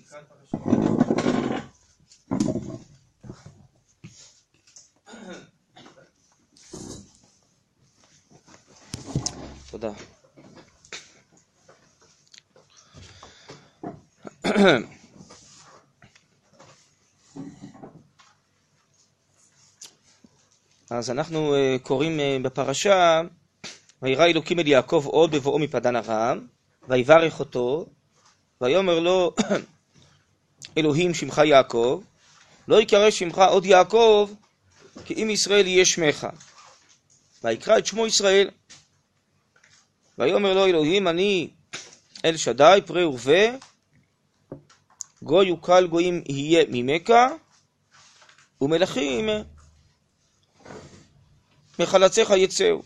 תודה. אז אנחנו קוראים בפרשה, וירא אלוקים אל יעקב עוד בבואו מפדן ארם, ויברך אותו, ויאמר לו, אלוהים שמך יעקב, לא יקרא שמך עוד יעקב, כי אם ישראל יהיה שמך. ויקרא את שמו ישראל. ויאמר לו אלוהים, אני אל שדי פרה ורבה, גוי וקל גויים יהיה ממך, ומלכים מחלציך יצאו.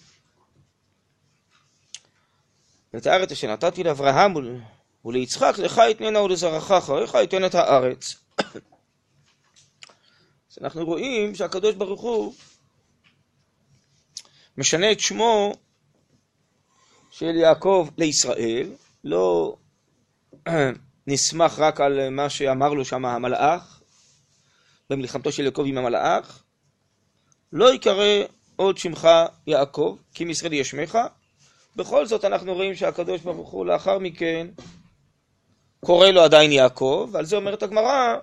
את הארץ אשר נתתי לאברהם וליצחק, לך אתננה ולזרעך אחריך אתן את הארץ. אז אנחנו רואים שהקדוש ברוך הוא משנה את שמו של יעקב לישראל, לא נסמך רק על מה שאמר לו שם המלאך, במלחמתו של יעקב עם המלאך, לא יקרא עוד שמך יעקב, כי אם ישראל יהיה שמך. בכל זאת אנחנו רואים שהקדוש ברוך הוא לאחר מכן קורא לו עדיין יעקב, ועל זה אומרת הגמרא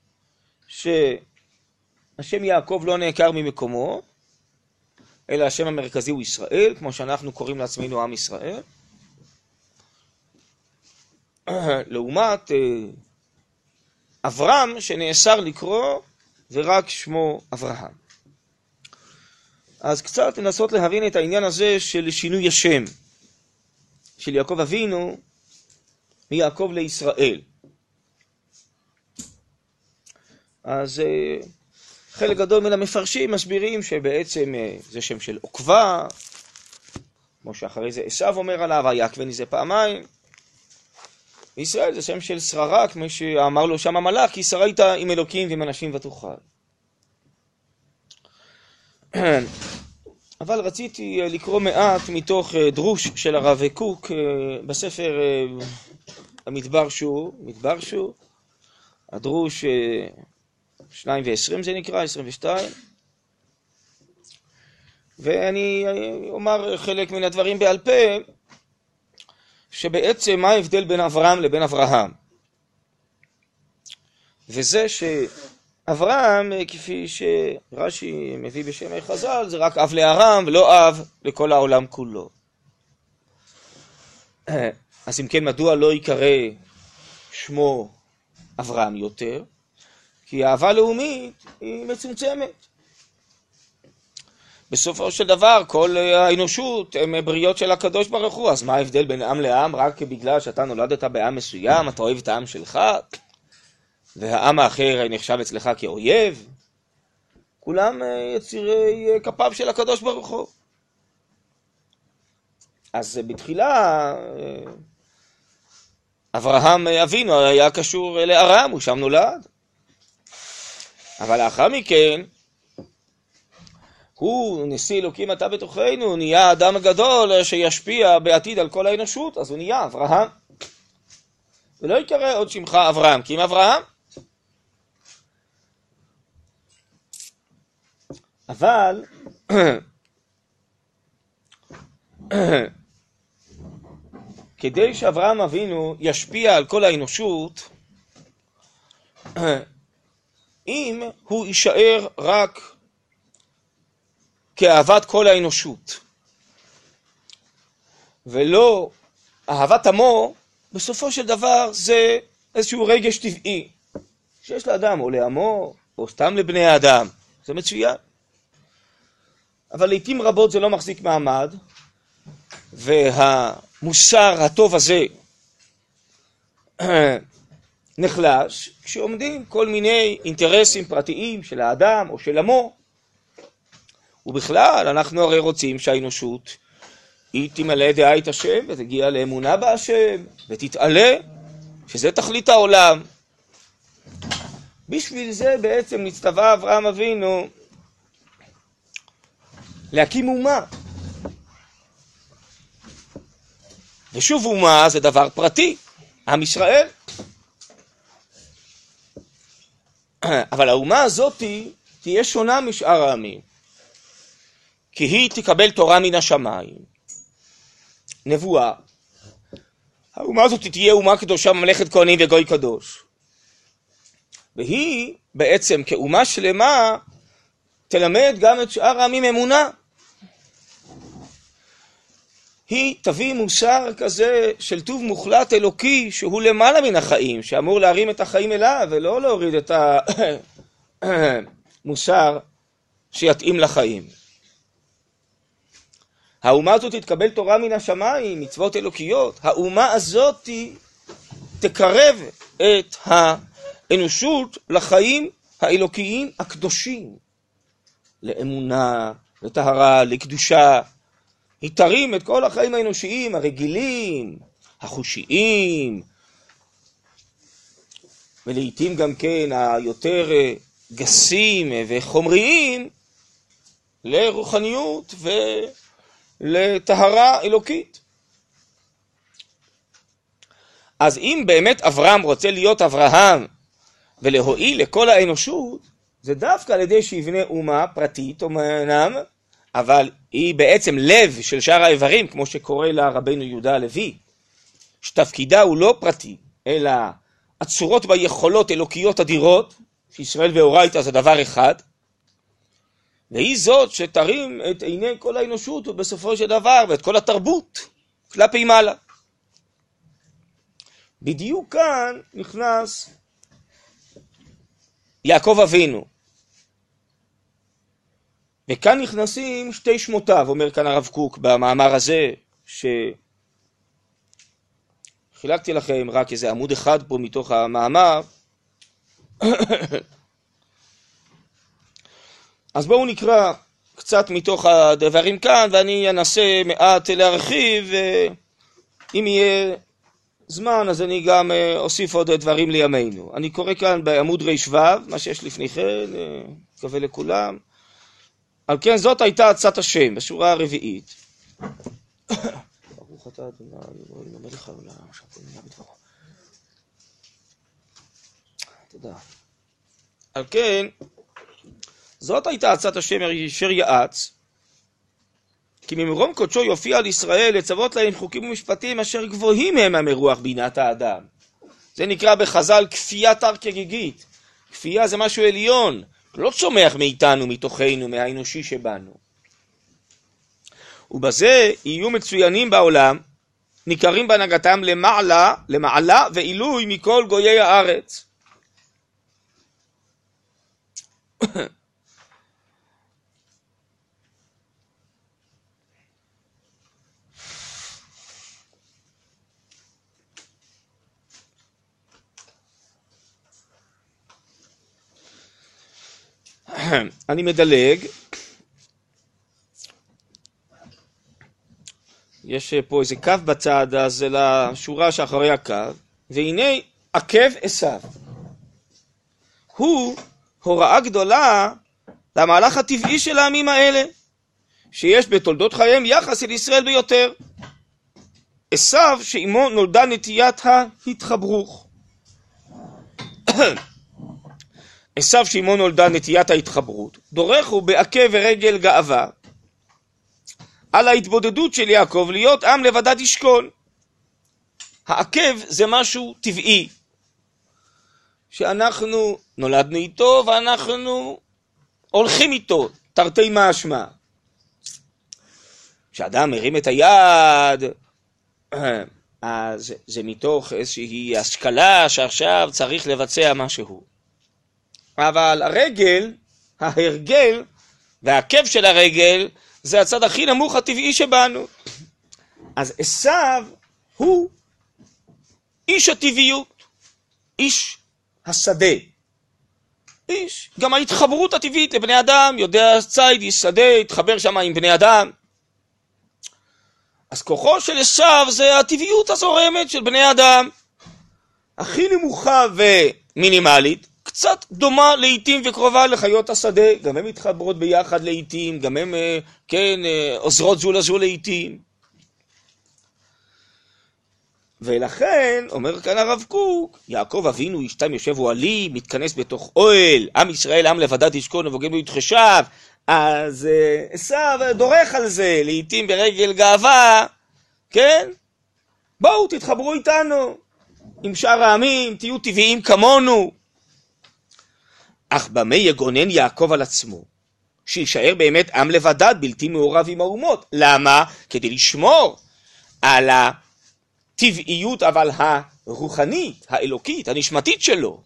שהשם יעקב לא נעקר ממקומו, אלא השם המרכזי הוא ישראל, כמו שאנחנו קוראים לעצמנו עם ישראל. לעומת אברהם שנאסר לקרוא ורק שמו אברהם. אז קצת לנסות להבין את העניין הזה של שינוי השם של יעקב אבינו מיעקב לישראל. אז חלק גדול מן המפרשים מסבירים שבעצם זה שם של עוקבה, כמו שאחרי זה עשיו אומר עליו, יעקבני זה פעמיים. ישראל זה שם של שררה, כמו שאמר לו שם המלאך, כי שרית עם אלוקים ועם אנשים ותוכל. אבל רציתי לקרוא מעט מתוך דרוש של הרב קוק בספר המדבר שור, הדרוש 2:20 זה נקרא, 22. ואני אומר חלק מן הדברים בעל פה, שבעצם מה ההבדל בין אברהם לבין אברהם? וזה שאברהם, כפי שרש"י מביא בשם חז"ל, זה רק אב לארם ולא אב לכל העולם כולו. אז אם כן, מדוע לא יקרא שמו אברהם יותר? כי האהבה לאומית היא מצומצמת. בסופו של דבר, כל האנושות הם בריות של הקדוש ברוך הוא. אז מה ההבדל בין עם לעם? רק בגלל שאתה נולדת בעם מסוים, אתה אוהב את העם שלך, והעם האחר נחשב אצלך כאויב? כולם יצירי כפיו של הקדוש ברוך הוא. אז בתחילה אברהם אבינו היה קשור לארם, הוא שם נולד. אבל לאחר מכן, הוא נשיא אלוקים אתה בתוכנו, הוא נהיה האדם הגדול שישפיע בעתיד על כל האנושות, אז הוא נהיה אברהם. ולא יקרא עוד שמך אברהם, כי אם אברהם. אבל כדי שאברהם אבינו ישפיע על כל האנושות, אם הוא יישאר רק כאהבת כל האנושות, ולא אהבת עמו, בסופו של דבר זה איזשהו רגש טבעי, שיש לאדם או לעמו, או סתם לבני האדם, זה מצוין. אבל לעתים רבות זה לא מחזיק מעמד, והמוסר הטוב הזה נחלש, כשעומדים כל מיני אינטרסים פרטיים של האדם או של עמו. ובכלל, אנחנו הרי רוצים שהאנושות היא תמלא דעה את השם, ותגיע לאמונה בהשם, ותתעלה, שזה תכלית העולם. בשביל זה בעצם נצטווה אברהם אבינו להקים אומה. ושוב, אומה זה דבר פרטי, עם ישראל. אבל האומה הזאת תהיה שונה משאר העמים, כי היא תקבל תורה מן השמיים, נבואה. האומה הזאת תהיה אומה קדושה, ממלכת כהנים וגוי קדוש. והיא בעצם כאומה שלמה תלמד גם את שאר העמים אמונה. היא תביא מוסר כזה של טוב מוחלט אלוקי שהוא למעלה מן החיים, שאמור להרים את החיים אליו ולא להוריד את המוסר שיתאים לחיים. האומה הזאת תתקבל תורה מן השמיים, מצוות אלוקיות. האומה הזאת תקרב את האנושות לחיים האלוקיים הקדושים, לאמונה, לטהרה, לקדושה. היא תרים את כל החיים האנושיים, הרגילים, החושיים, ולעיתים גם כן היותר גסים וחומריים, לרוחניות ולטהרה אלוקית. אז אם באמת אברהם רוצה להיות אברהם ולהועיל לכל האנושות, זה דווקא על ידי שיבנה אומה פרטית, אומנם, אבל היא בעצם לב של שאר האיברים, כמו שקורא לה רבנו יהודה הלוי, שתפקידה הוא לא פרטי, אלא הצורות ביכולות אלוקיות אדירות, שישראל ואורייתא זה דבר אחד, והיא זאת שתרים את עיני כל האנושות ובסופו של דבר, ואת כל התרבות, כלפי מעלה. בדיוק כאן נכנס יעקב אבינו. וכאן נכנסים שתי שמותיו, אומר כאן הרב קוק במאמר הזה, שחילקתי לכם רק איזה עמוד אחד פה מתוך המאמר. אז בואו נקרא קצת מתוך הדברים כאן, ואני אנסה מעט להרחיב, ואם יהיה זמן אז אני גם אוסיף עוד דברים לימינו. אני קורא כאן בעמוד רש"ו, מה שיש לפני כן, מקווה לכולם. על כן זאת הייתה עצת השם, בשורה הרביעית. ברוך אתה ה' אלוהינו מלך העולם, שהכל נהיה בדברו. תודה. על כן, זאת הייתה עצת השם אשר יעץ, כי ממרום קודשו יופיע על ישראל לצוות להם חוקים ומשפטים אשר גבוהים הם מרוח בינת האדם. זה נקרא בחז"ל כפיית הר כגיגית. כפייה זה משהו עליון, לא צומח מאיתנו, מתוכנו, מהאנושי שבנו. ובזה יהיו מצוינים בעולם, ניכרים בהנהגתם למעלה ועילוי מכל גויי הארץ. אני מדלג. יש פה איזה קו בצד, אז לשורה שאחרי הקו. והנה עקב עשיו. הוא הוראה גדולה למהלך הטבעי של העמים האלה, שיש בתולדות חייהם יחס אל ישראל ביותר. עשיו שעמו נולדה נטיית ההתחברוך. עשיו שעמו נולדה נטיית ההתחברות, דורך הוא בעקב ורגל גאווה, על ההתבודדות של יעקב להיות עם לבדד ישכון. העקב זה משהו טבעי, שאנחנו נולדנו איתו ואנחנו הולכים איתו, תרתי משמע. כשאדם מרים את היד, אז זה מתוך איזושהי השכלה שעכשיו צריך לבצע משהו. אבל הרגל, ההרגל והעקב של הרגל, זה הצד הכי נמוך הטבעי שבנו. אז עשיו הוא איש הטבעיות, איש השדה. איש, גם ההתחברות הטבעית לבני אדם, יודע ציד, איש שדה, התחבר שם עם בני אדם. אז כוחו של עשיו זה הטבעיות הזורמת של בני אדם. הכי נמוכה ומינימלית, קצת דומה לעיתים וקרובה לחיות השדה, גם הן מתחברות ביחד לעיתים, גם הן, כן, עוזרות זו לזו לעיתים. ולכן, אומר כאן הרב קוק, יעקב אבינו ישתם יושב אוהלי, מתכנס בתוך אוהל, עם ישראל עם לבדד ישכון ובוגד בו יתחשב, אז עשיו דורך על זה, לעתים ברגל גאווה, כן? בואו תתחברו איתנו, עם שאר העמים, תהיו טבעיים כמונו. אך במה יגונן יעקב על עצמו? שישאר באמת עם לבדד, בלתי מעורב עם האומות. למה? כדי לשמור על הטבעיות, אבל הרוחנית, האלוקית, הנשמתית שלו.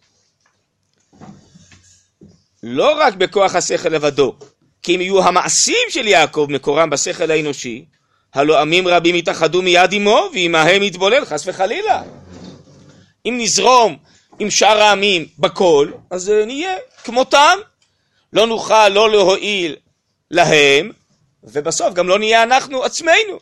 לא רק בכוח השכל לבדו, כי אם יהיו המעשים של יעקב מקורם בשכל האנושי, הלא עמים רבים יתאחדו מיד עמו, ועמהם יתבולל חס וחלילה. אם נזרום עם שאר העמים בכל, אז נהיה כמותם. לא נוכל לא להועיל להם, ובסוף גם לא נהיה אנחנו עצמנו.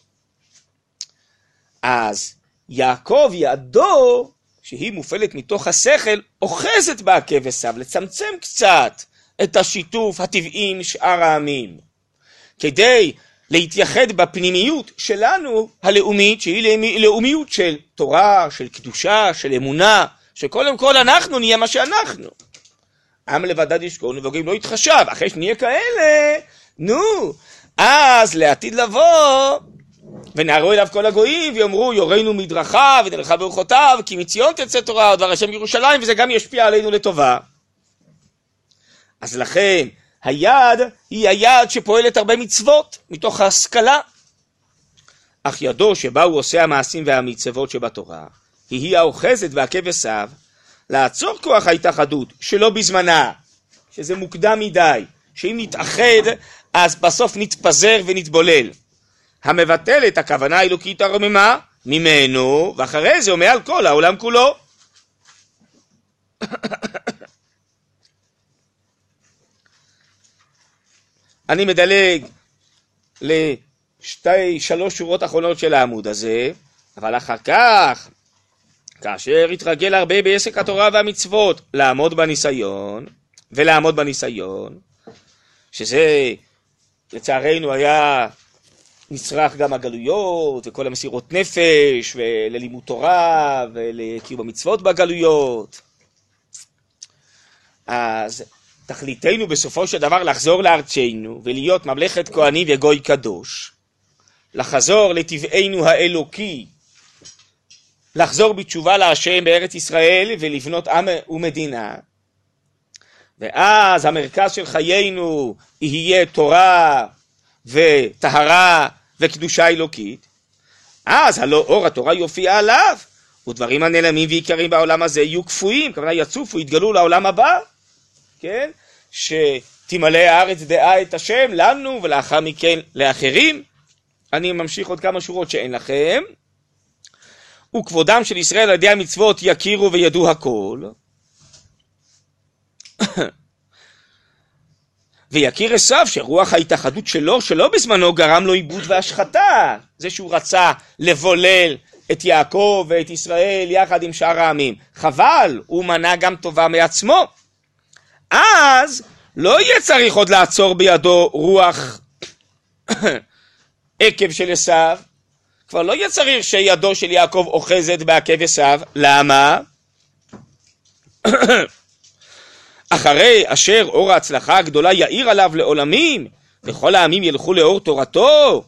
אז יעקב ידו, שהיא מופעלת מתוך השכל, אוחזת בעקב עשיו, לצמצם קצת את השיתוף הטבעי עם שאר העמים, כדי להתייחד בפנימיות שלנו הלאומית, שהיא לאומיות של תורה, של קדושה, של אמונה, שקודם כל אנחנו נהיה מה שאנחנו. עם לבדד ישכון ובוגד בו יתחשב. אחרי שנהיה כאלה, אז לעתיד לבוא, ונערו אליו כל הגויים ויאמרו יורנו מדרכיו ונלכה באורחותיו, כי מציון תצא תורה ודבר השם בירושלים, וזה גם ישפיע עלינו לטובה. אז לכן היד היא היד שפועלת הרבה מצוות מתוך ההשכלה. אך ידו שבה הוא עושה המעשים והמצוות שבתורה, היא האוחזת בעקב עשיו, לעצור כוח ההתאחדות שלא בזמנה, שזה מוקדם מדי, שאם נתאחד אז בסוף נתפזר ונתבולל. המבטל את הכוונה האלוקית הרוממה ממנו, ואחרי זה אומר על כל העולם כולו. אני מדלג לשלוש שורות אחרונות של העמוד הזה, אבל אחר כך, כאשר התרגל הרבה בעסק התורה והמצוות, לעמוד בניסיון, שזה לצערנו היה נצרך גם הגלויות וכל המסירות נפש וללימוד תורה ולקיום המצוות בגלויות. אז תכליתנו בסופו של דבר לחזור לארצנו ולהיות ממלכת כהנים וגוי קדוש, לחזור לטבענו האלוקי, לחזור בתשובה להשם בארץ ישראל ולבנות עם ומדינה. ואז המרכז של חיינו יהיה תורה וטהרה וקדושה אלוקית. אז הלא אור התורה יופיע עליו, ודברים הנעלמים ויקרים בעולם הזה יהיו כפויים, כמובן יצופו, יתגלו לעולם הבא, כן? שתמלא הארץ דעה את השם לנו ולאחר מכן לאחרים. אני ממשיך עוד כמה שורות שאין לכם. וכבודם של ישראל על ידי המצוות יכירו וידעו הכל. ויכיר עשיו שרוח ההתאחדות שלא בזמנו גרם לו עיבוד והשחתה, זה שהוא רצה לבולל את יעקב ואת ישראל יחד עם שאר העמים, חבל, הוא מנע גם טובה מעצמו. אז לא יהיה צריך עוד לעצור בידו רוח עקב של עשיו, כבר לא יהיה צריך שידו של יעקב אוחזת בעקב עשיו. למה? אחרי אשר אור ההצלחה הגדולה יאיר עליו לעולמים, וכל העמים ילכו לאור תורתו.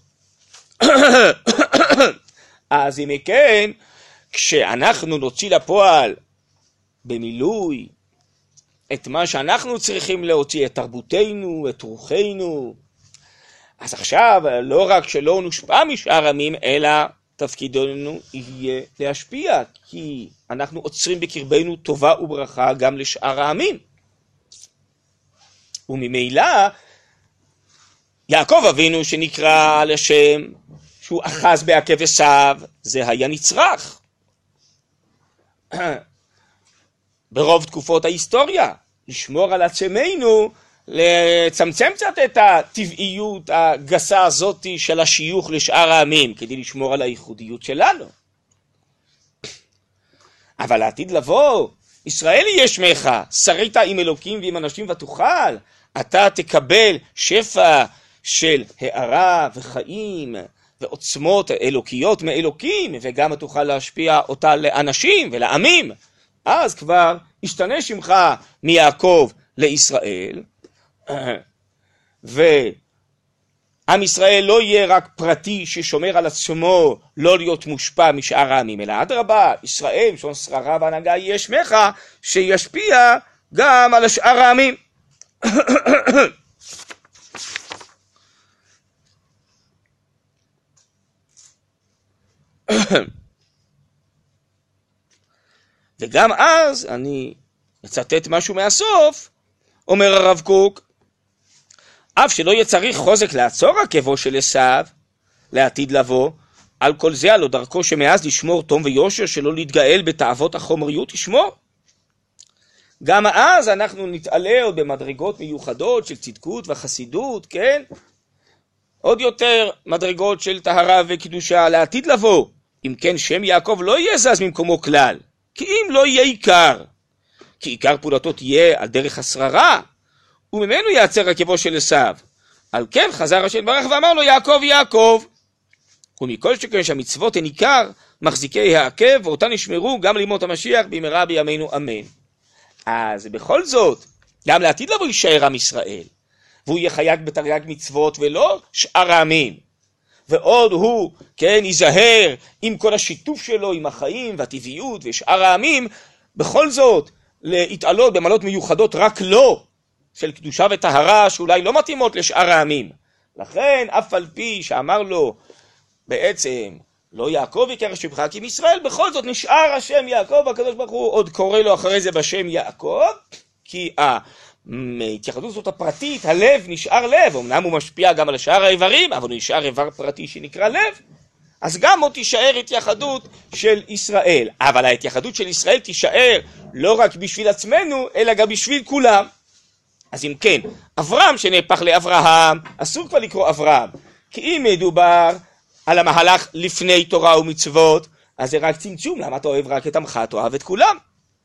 אז אם כן, כשאנחנו נוציא לפועל במילוי את מה שאנחנו צריכים להוציא, את תרבותנו, את רוחנו, אז עכשיו לא רק שלא נושפע משאר עמים, אלא תפקידנו יהיה להשפיע, כי אנחנו עוצרים בקרבנו טובה וברכה גם לשאר העמים. וממילא יעקב אבינו שנקרא על השם, שהוא אחז בעקב עשיו, זה היה נצרך ברוב תקופות ההיסטוריה, לשמור על עצמנו, לצמצם קצת את הטבעיות הגסה הזאת של השיוך לשאר העמים, כדי לשמור על הייחודיות שלנו. אבל לעתיד לבוא, ישראל יהיה שמך, שרית עם אלוקים ועם אנשים ותוכל, אתה תקבל שפע של הערה וחיים ועוצמות אלוקיות מאלוקים, וגם תוכל להשפיע אותה לאנשים ולעמים, אז כבר ישתנה שמך מיעקב לישראל, ועם ישראל לא יהיה רק פרטי ששומר על עצמו לא להיות מושפע משאר העמים, אלא אדרבה, ישראל, שון שררה והנהגה יהיה שמך, שישפיע גם על שאר העמים. וגם אז, אני אצטט משהו מהסוף, אומר הרב קוק, אף שלא יהיה צריך חוזק לעצור עקבו של עשיו, לעתיד לבוא, על כל זה הלא דרכו שמאז לשמור תום ויושר, שלא להתגאל בתאוות החומריות ישמור. גם אז אנחנו נתעלה עוד במדרגות מיוחדות של צדקות וחסידות, כן? עוד יותר מדרגות של טהרה וקדושה לעתיד לבוא. אם כן, שם יעקב לא יהיה זז ממקומו כלל, כי אם לא יהיה עיקר, כי עיקר פעולתו תהיה על דרך השררה, וממנו יעצר עקבו של עשיו. על כן חזר השם ברך ואמר לו יעקב יעקב. ומכל שכן שהמצוות הן עיקר מחזיקי העקב, ואותן נשמרו גם לימות המשיח במהרה בימינו אמן. אז בכל זאת, גם לעתיד לבוא יישאר עם ישראל, והוא יחייג בתרי"ג מצוות ולא שאר העמים. ועוד הוא, כן, ייזהר עם כל השיתוף שלו, עם החיים והטבעיות ושאר העמים, בכל זאת להתעלות במעלות מיוחדות רק לא, של קדושה וטהרה שאולי לא מתאימות לשאר העמים. לכן אף על פי שאמר לו בעצם לא יעקב יקרא שמך כי מישראל, בכל זאת נשאר השם יעקב, הקדוש ברוך הוא עוד קורא לו אחרי זה בשם יעקב, כי ההתייחדות הזאת הפרטית, הלב נשאר לב, אמנם הוא משפיע גם על שאר האיברים, אבל הוא נשאר איבר פרטי שנקרא לב, אז גם עוד תישאר התייחדות של ישראל. אבל ההתייחדות של ישראל תישאר לא רק בשביל עצמנו, אלא גם בשביל כולם. אז אם כן, אברהם שנהפך לאברהם, אסור כבר לקרוא אברהם, כי אם מדובר על המהלך לפני תורה ומצוות, אז זה רק צמצום, למה אתה אוהב רק את עמך, אתה אוהב את כולם.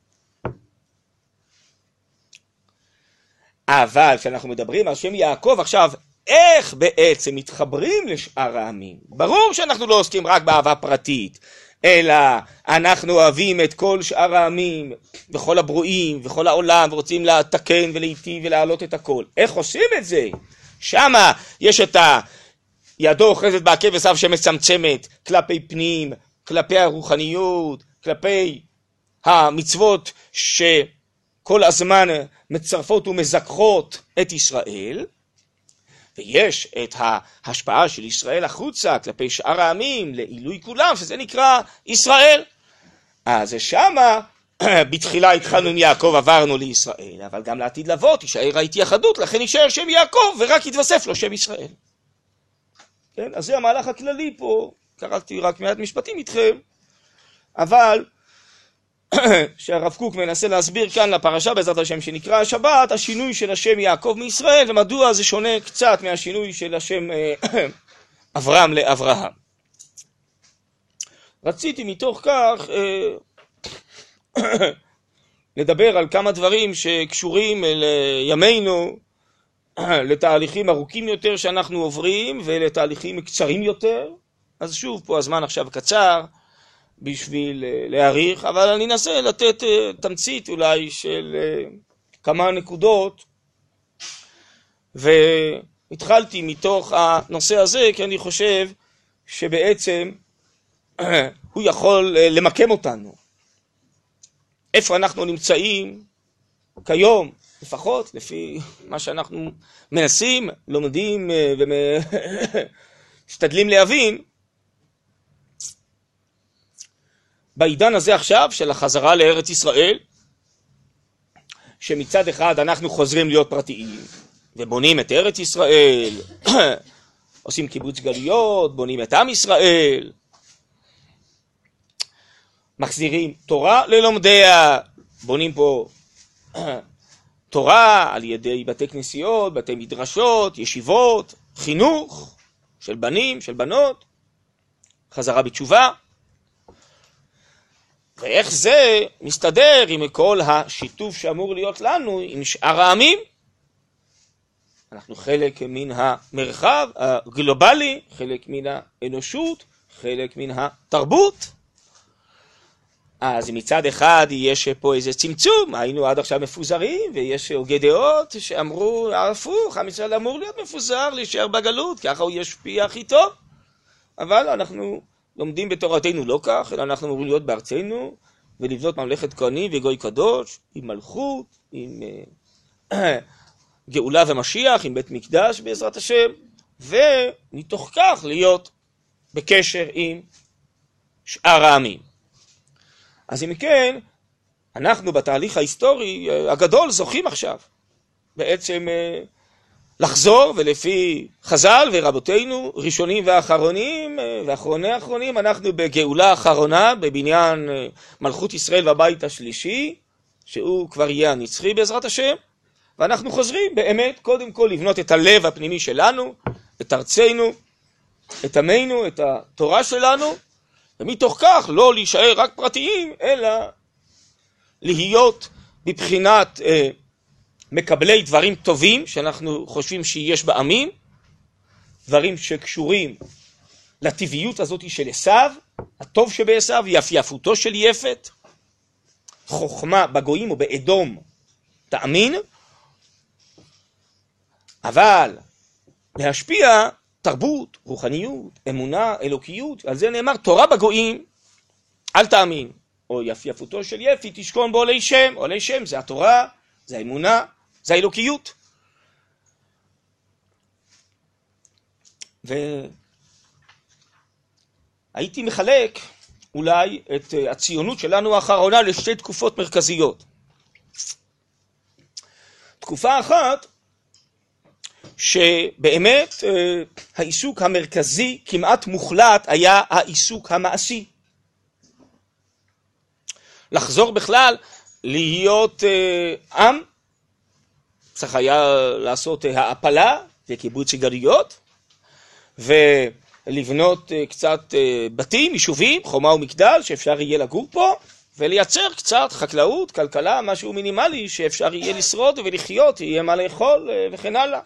אבל כשאנחנו מדברים על שם יעקב עכשיו, איך בעצם מתחברים לשאר העמים? ברור שאנחנו לא עוסקים רק באהבה פרטית, אלא אנחנו אוהבים את כל שאר העמים, וכל הברואים, וכל העולם, ורוצים לתקן ולהיטיב ולהעלות את הכל. איך עושים את זה? שמה יש את ידו אוחזת בעקב עשיו שמצמצמת כלפי פנים, כלפי הרוחניות, כלפי המצוות שכל הזמן מצרפות ומזכחות את ישראל, ויש את ההשפעה של ישראל החוצה כלפי שאר העמים לעילוי כולם, שזה נקרא ישראל. אז שמה בתחילה התחלנו עם יעקב, עברנו לישראל, אבל גם לעתיד לבוא תישאר ההתייחדות, לכן יישאר שם יעקב ורק יתווסף לו שם ישראל. כן? אז זה המהלך הכללי פה, קראתי רק מעט משפטים איתכם, אבל שהרב קוק מנסה להסביר כאן לפרשה בעזרת השם שנקרא השבת, השינוי של השם יעקב מישראל, ומדוע זה שונה קצת מהשינוי של השם אברהם לאברהם. רציתי מתוך כך לדבר על כמה דברים שקשורים לימינו, לתהליכים ארוכים יותר שאנחנו עוברים ולתהליכים קצרים יותר. אז שוב, פה הזמן עכשיו קצר בשביל להאריך, אבל אני אנסה לתת תמצית אולי של כמה נקודות, והתחלתי מתוך הנושא הזה כי אני חושב שבעצם הוא יכול למקם אותנו. איפה אנחנו נמצאים כיום, לפחות לפי מה שאנחנו מנסים, לומדים ומשתדלים להבין, בעידן הזה עכשיו של החזרה לארץ ישראל, שמצד אחד אנחנו חוזרים להיות פרטיים, ובונים את ארץ ישראל, עושים קיבוץ גלויות, בונים את עם ישראל, מחזירים תורה ללומדיה, בונים פה תורה על ידי בתי כנסיות, בתי מדרשות, ישיבות, חינוך של בנים, של בנות, חזרה בתשובה. ואיך זה מסתדר עם כל השיתוף שאמור להיות לנו עם שאר העמים? אנחנו חלק מן המרחב הגלובלי, חלק מן האנושות, חלק מן התרבות. אז מצד אחד יש פה איזה צמצום, היינו עד עכשיו מפוזרים, ויש הוגי דעות שאמרו, הפוך, עם ישראל אמור להיות מפוזר, להישאר בגלות, ככה הוא ישפיע הכי טוב. אבל אנחנו לומדים בתורתנו לא כך, אלא אנחנו אמורים להיות בארצנו, ולבנות ממלכת כהנים וגוי קדוש, עם מלכות, עם גאולה ומשיח, עם בית מקדש בעזרת השם, ומתוך כך להיות בקשר עם שאר העמים. אז אם כן, אנחנו בתהליך ההיסטורי הגדול זוכים עכשיו בעצם לחזור, ולפי חז"ל ורבותינו, ראשונים ואחרונים, ואחרוני האחרונים, אנחנו בגאולה האחרונה, בבניין מלכות ישראל והבית השלישי, שהוא כבר יהיה הנצחי בעזרת השם, ואנחנו חוזרים באמת קודם כל לבנות את הלב הפנימי שלנו, את ארצנו, את עמנו, את התורה שלנו, ומתוך כך לא להישאר רק פרטיים, אלא להיות בבחינת מקבלי דברים טובים שאנחנו חושבים שיש בעמים, דברים שקשורים לטבעיות הזאת של עשיו, הטוב שבעשיו, יפייפותו של יפת, חוכמה בגויים או באדום תאמין, אבל להשפיע תרבות, רוחניות, אמונה, אלוקיות, על זה נאמר תורה בגויים אל תאמין, או יפייפותו של יפי תשכון בעולי שם. עולי שם זה התורה, זה האמונה, זה האלוקיות. והייתי מחלק אולי את הציונות שלנו האחרונה לשתי תקופות מרכזיות. תקופה אחת שבאמת העיסוק המרכזי כמעט מוחלט היה העיסוק המעשי. לחזור בכלל להיות עם, צריך היה לעשות העפלה וקיבוץ גלויות, ולבנות קצת בתים, יישובים, חומה ומגדל שאפשר יהיה לגור פה, ולייצר קצת חקלאות, כלכלה, משהו מינימלי שאפשר יהיה לשרוד ולחיות, יהיה מה לאכול וכן הלאה.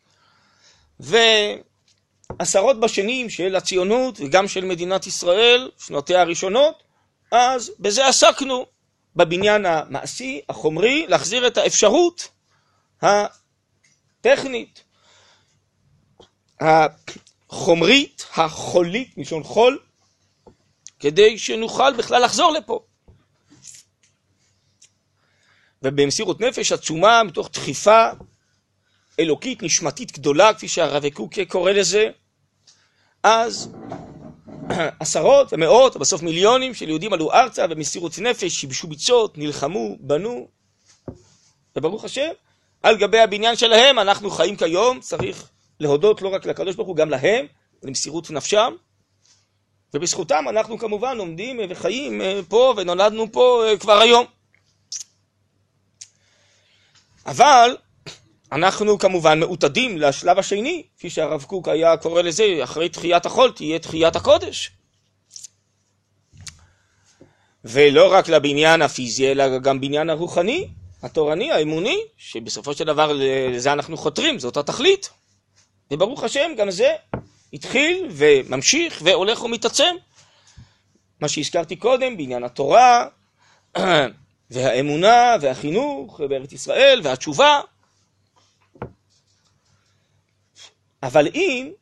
ועשרות בשנים של הציונות וגם של מדינת ישראל, שנותיה הראשונות, אז בזה עסקנו, בבניין המעשי, החומרי, להחזיר את האפשרות הטכנית, החומרית, החולית, מלשון חול, כדי שנוכל בכלל לחזור לפה. ובמסירות נפש עצומה, מתוך דחיפה אלוקית, נשמתית גדולה, כפי שהרב קוק קורא לזה, אז עשרות ומאות, בסוף מיליונים של יהודים עלו ארצה, במסירות נפש, שיבשו ביצות, נלחמו, בנו, וברוך השם, על גבי הבניין שלהם אנחנו חיים כיום. צריך להודות לא רק לקדוש ברוך הוא, גם להם, למסירות נפשם, ובזכותם אנחנו כמובן עומדים וחיים פה, ונולדנו פה כבר היום. אבל אנחנו כמובן מעוטדים לשלב השני, כפי שהרב קוק היה קורא לזה, אחרי תחיית החול תהיה תחיית הקודש. ולא רק לבניין הפיזי, אלא גם בניין הרוחני, התורני, האמוני, שבסופו של דבר לזה אנחנו חותרים, זאת התכלית. וברוך השם, גם זה התחיל וממשיך והולך ומתעצם. מה שהזכרתי קודם, בעניין התורה, והאמונה, והחינוך, בארץ ישראל, והתשובה. אבל אם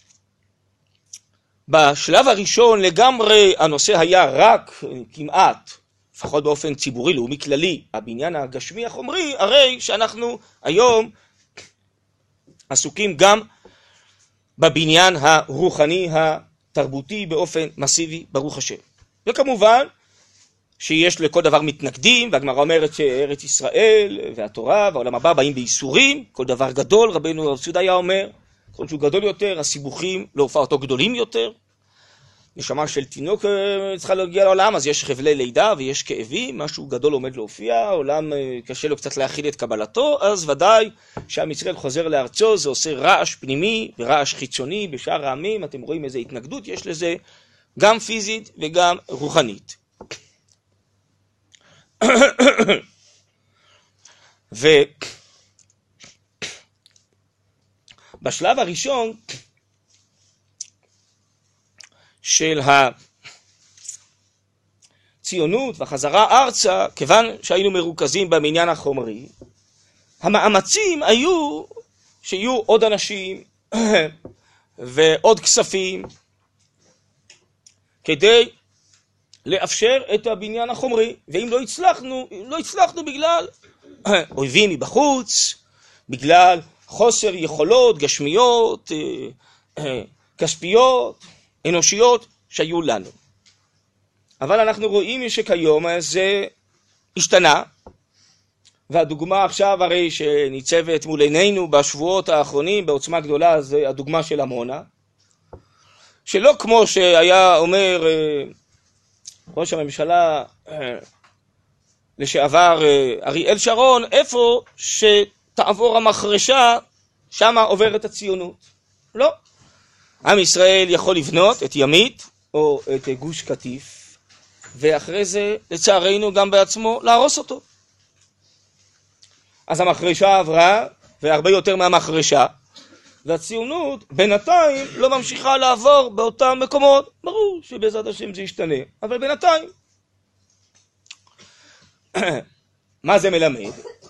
בשלב הראשון לגמרי הנושא היה רק כמעט, לפחות באופן ציבורי, לאומי כללי, הבניין הגשמי החומרי, הרי שאנחנו היום עסוקים גם בבניין הרוחני התרבותי באופן מסיבי, ברוך השם. וכמובן שיש לכל דבר מתנגדים, והגמרא אומרת שארץ ישראל והתורה והעולם הבא באים בייסורים, כל דבר גדול, רבנו הרב צודיה אומר, כל שהוא גדול יותר, הסיבוכים להופעתו גדולים יותר. נשמה של תינוק צריכה להגיע לעולם, אז יש חבלי לידה ויש כאבים, משהו גדול עומד להופיע, העולם קשה לו קצת להכיל את קבלתו, אז ודאי שעם ישראל חוזר לארצו, זה עושה רעש פנימי ורעש חיצוני בשאר העמים. אתם רואים איזה התנגדות יש לזה, גם פיזית וגם רוחנית. בשלב הראשון של הציונות והחזרה ארצה, כיוון שהיינו מרוכזים במניין החומרי, המאמצים היו שיהיו עוד אנשים ועוד כספים כדי לאפשר את הבניין החומרי, ואם לא הצלחנו בגלל אויבים מבחוץ, בגלל חוסר יכולות גשמיות, כספיות, אנושיות שהיו לנו. אבל אנחנו רואים שכיום זה השתנה, והדוגמה עכשיו הרי שניצבת מול עינינו בשבועות האחרונים בעוצמה גדולה, זה הדוגמה של עמונה, שלא כמו שהיה אומר ראש הממשלה לשעבר אריאל שרון, איפה שתעבור המחרשה, שמה עוברת הציונות. לא. עם ישראל יכול לבנות את ימית או את גוש קטיף, ואחרי זה לצערנו גם בעצמו להרוס אותו. אז המחרשה עברה, והרבה יותר מהמחרשה, והציונות בינתיים לא ממשיכה לעבור באותם מקומות. ברור שבעזרת השם זה ישתנה, אבל בינתיים. מה זה מלמד?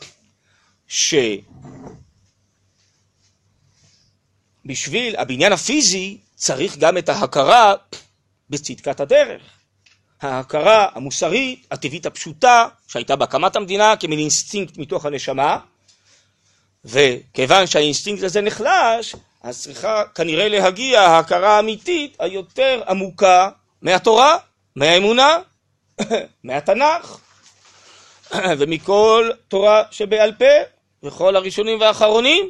שבשביל הבניין הפיזי צריך גם את ההכרה בצדקת הדרך. ההכרה המוסרית, הטבעית הפשוטה, שהייתה בהקמת המדינה כמין אינסטינקט מתוך הנשמה, וכיוון שהאינסטינקט הזה נחלש, אז צריכה כנראה להגיע ההכרה האמיתית היותר עמוקה מהתורה, מהאמונה, מהתנ"ך, ומכל תורה שבעל פה, וכל הראשונים והאחרונים,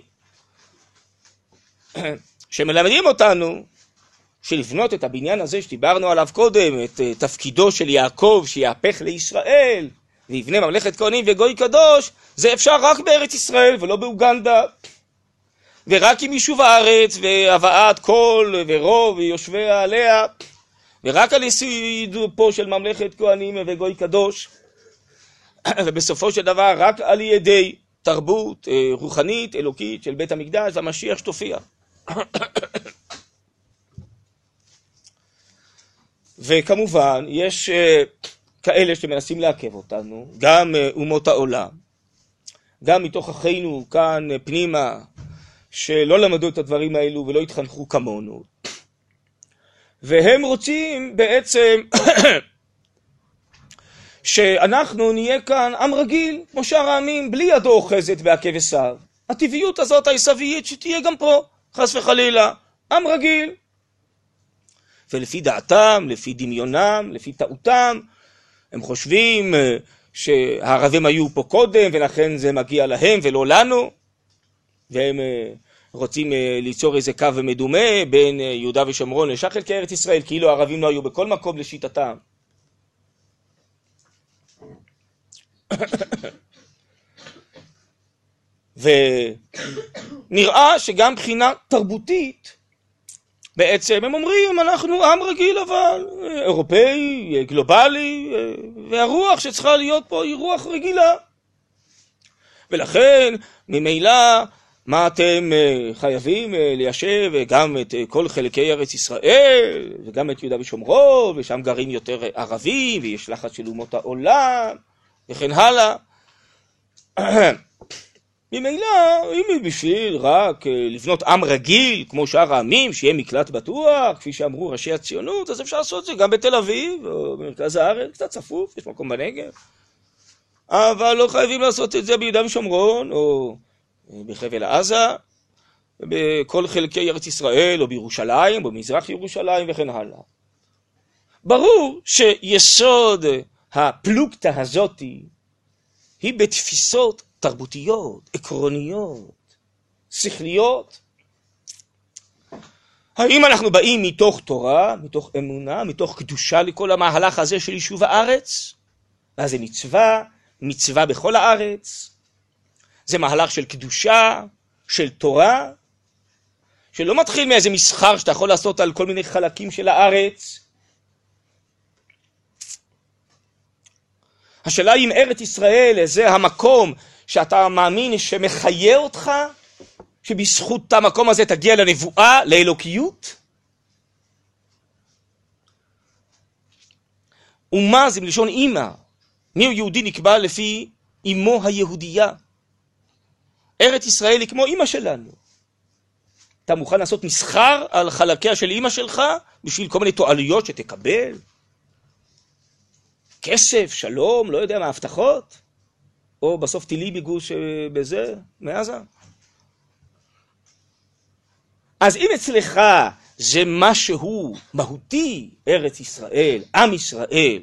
שמלמדים אותנו שלבנות את הבניין הזה שדיברנו עליו קודם, את תפקידו של יעקב שיהפך לישראל, ויבנה ממלכת כהנים וגוי קדוש, זה אפשר רק בארץ ישראל ולא באוגנדה. ורק עם יישוב הארץ והבאת כל ורוב ויושביה עליה, ורק על יסוד פה של ממלכת כהנים וגוי קדוש, ובסופו של דבר רק על ידי תרבות רוחנית, אלוקית של בית המקדש והמשיח שתופיע. וכמובן יש כאלה שמנסים לעכב אותנו, גם אומות העולם, גם מתוך אחינו כאן פנימה, שלא למדו את הדברים האלו ולא התחנכו כמונו, והם רוצים בעצם שאנחנו נהיה כאן עם רגיל, כמו שאר העמים, בלי ידו אוחזת ועקב עשיו. הטבעיות הזאת העשוויית שתהיה גם פה, חס וחלילה, עם רגיל. ולפי דעתם, לפי דמיונם, לפי טעותם, הם חושבים שהערבים היו פה קודם ולכן זה מגיע להם ולא לנו, והם רוצים ליצור איזה קו מדומה בין יהודה ושומרון לשאר חלקי ארץ ישראל, כאילו הערבים לא היו בכל מקום לשיטתם. ונראה שגם מבחינה תרבותית בעצם הם אומרים אנחנו עם רגיל אבל אירופאי, גלובלי, והרוח שצריכה להיות פה היא רוח רגילה, ולכן ממילא מה אתם חייבים ליישב גם את כל חלקי ארץ ישראל וגם את יהודה ושומרון, ושם גרים יותר ערבים ויש לחץ של אומות העולם וכן הלאה. ממילא, אם בשביל רק לבנות עם רגיל, כמו שאר העמים, שיהיה מקלט בטוח, כפי שאמרו ראשי הציונות, אז אפשר לעשות את זה גם בתל אביב, או במרכז הארץ, קצת צפוף, יש מקום בנגב. אבל לא חייבים לעשות את זה ביהודה ושומרון, או בחבל עזה, בכל חלקי ארץ ישראל, או בירושלים, או במזרח ירושלים, וכן הלאה. ברור שיסוד הפלוגתא הזאת היא בתפיסות תרבותיות, עקרוניות, שכליות. האם אנחנו באים מתוך תורה, מתוך אמונה, מתוך קדושה לכל המהלך הזה של יישוב הארץ? ואז זה מצווה בכל הארץ. זה מהלך של קדושה, של תורה, שלא מתחיל מאיזה מסחר שאתה יכול לעשות על כל מיני חלקים של הארץ. השאלה היא אם ארץ ישראל זה המקום שאתה מאמין שמחיה אותך, שבזכות המקום הזה תגיע לנבואה, לאלוקיות? אומה זה מלשון אמא. מיהו יהודי נקבע לפי אמו היהודייה. ארץ ישראל היא כמו אמא שלנו. אתה מוכן לעשות מסחר על חלקיה של אמא שלך בשביל כל מיני תועלויות שתקבל? כסף, שלום, לא יודע מה, הבטחות? או בסוף טילים מגוש בזה, מעזה? אז אם אצלך זה משהו מהותי, ארץ ישראל, עם ישראל,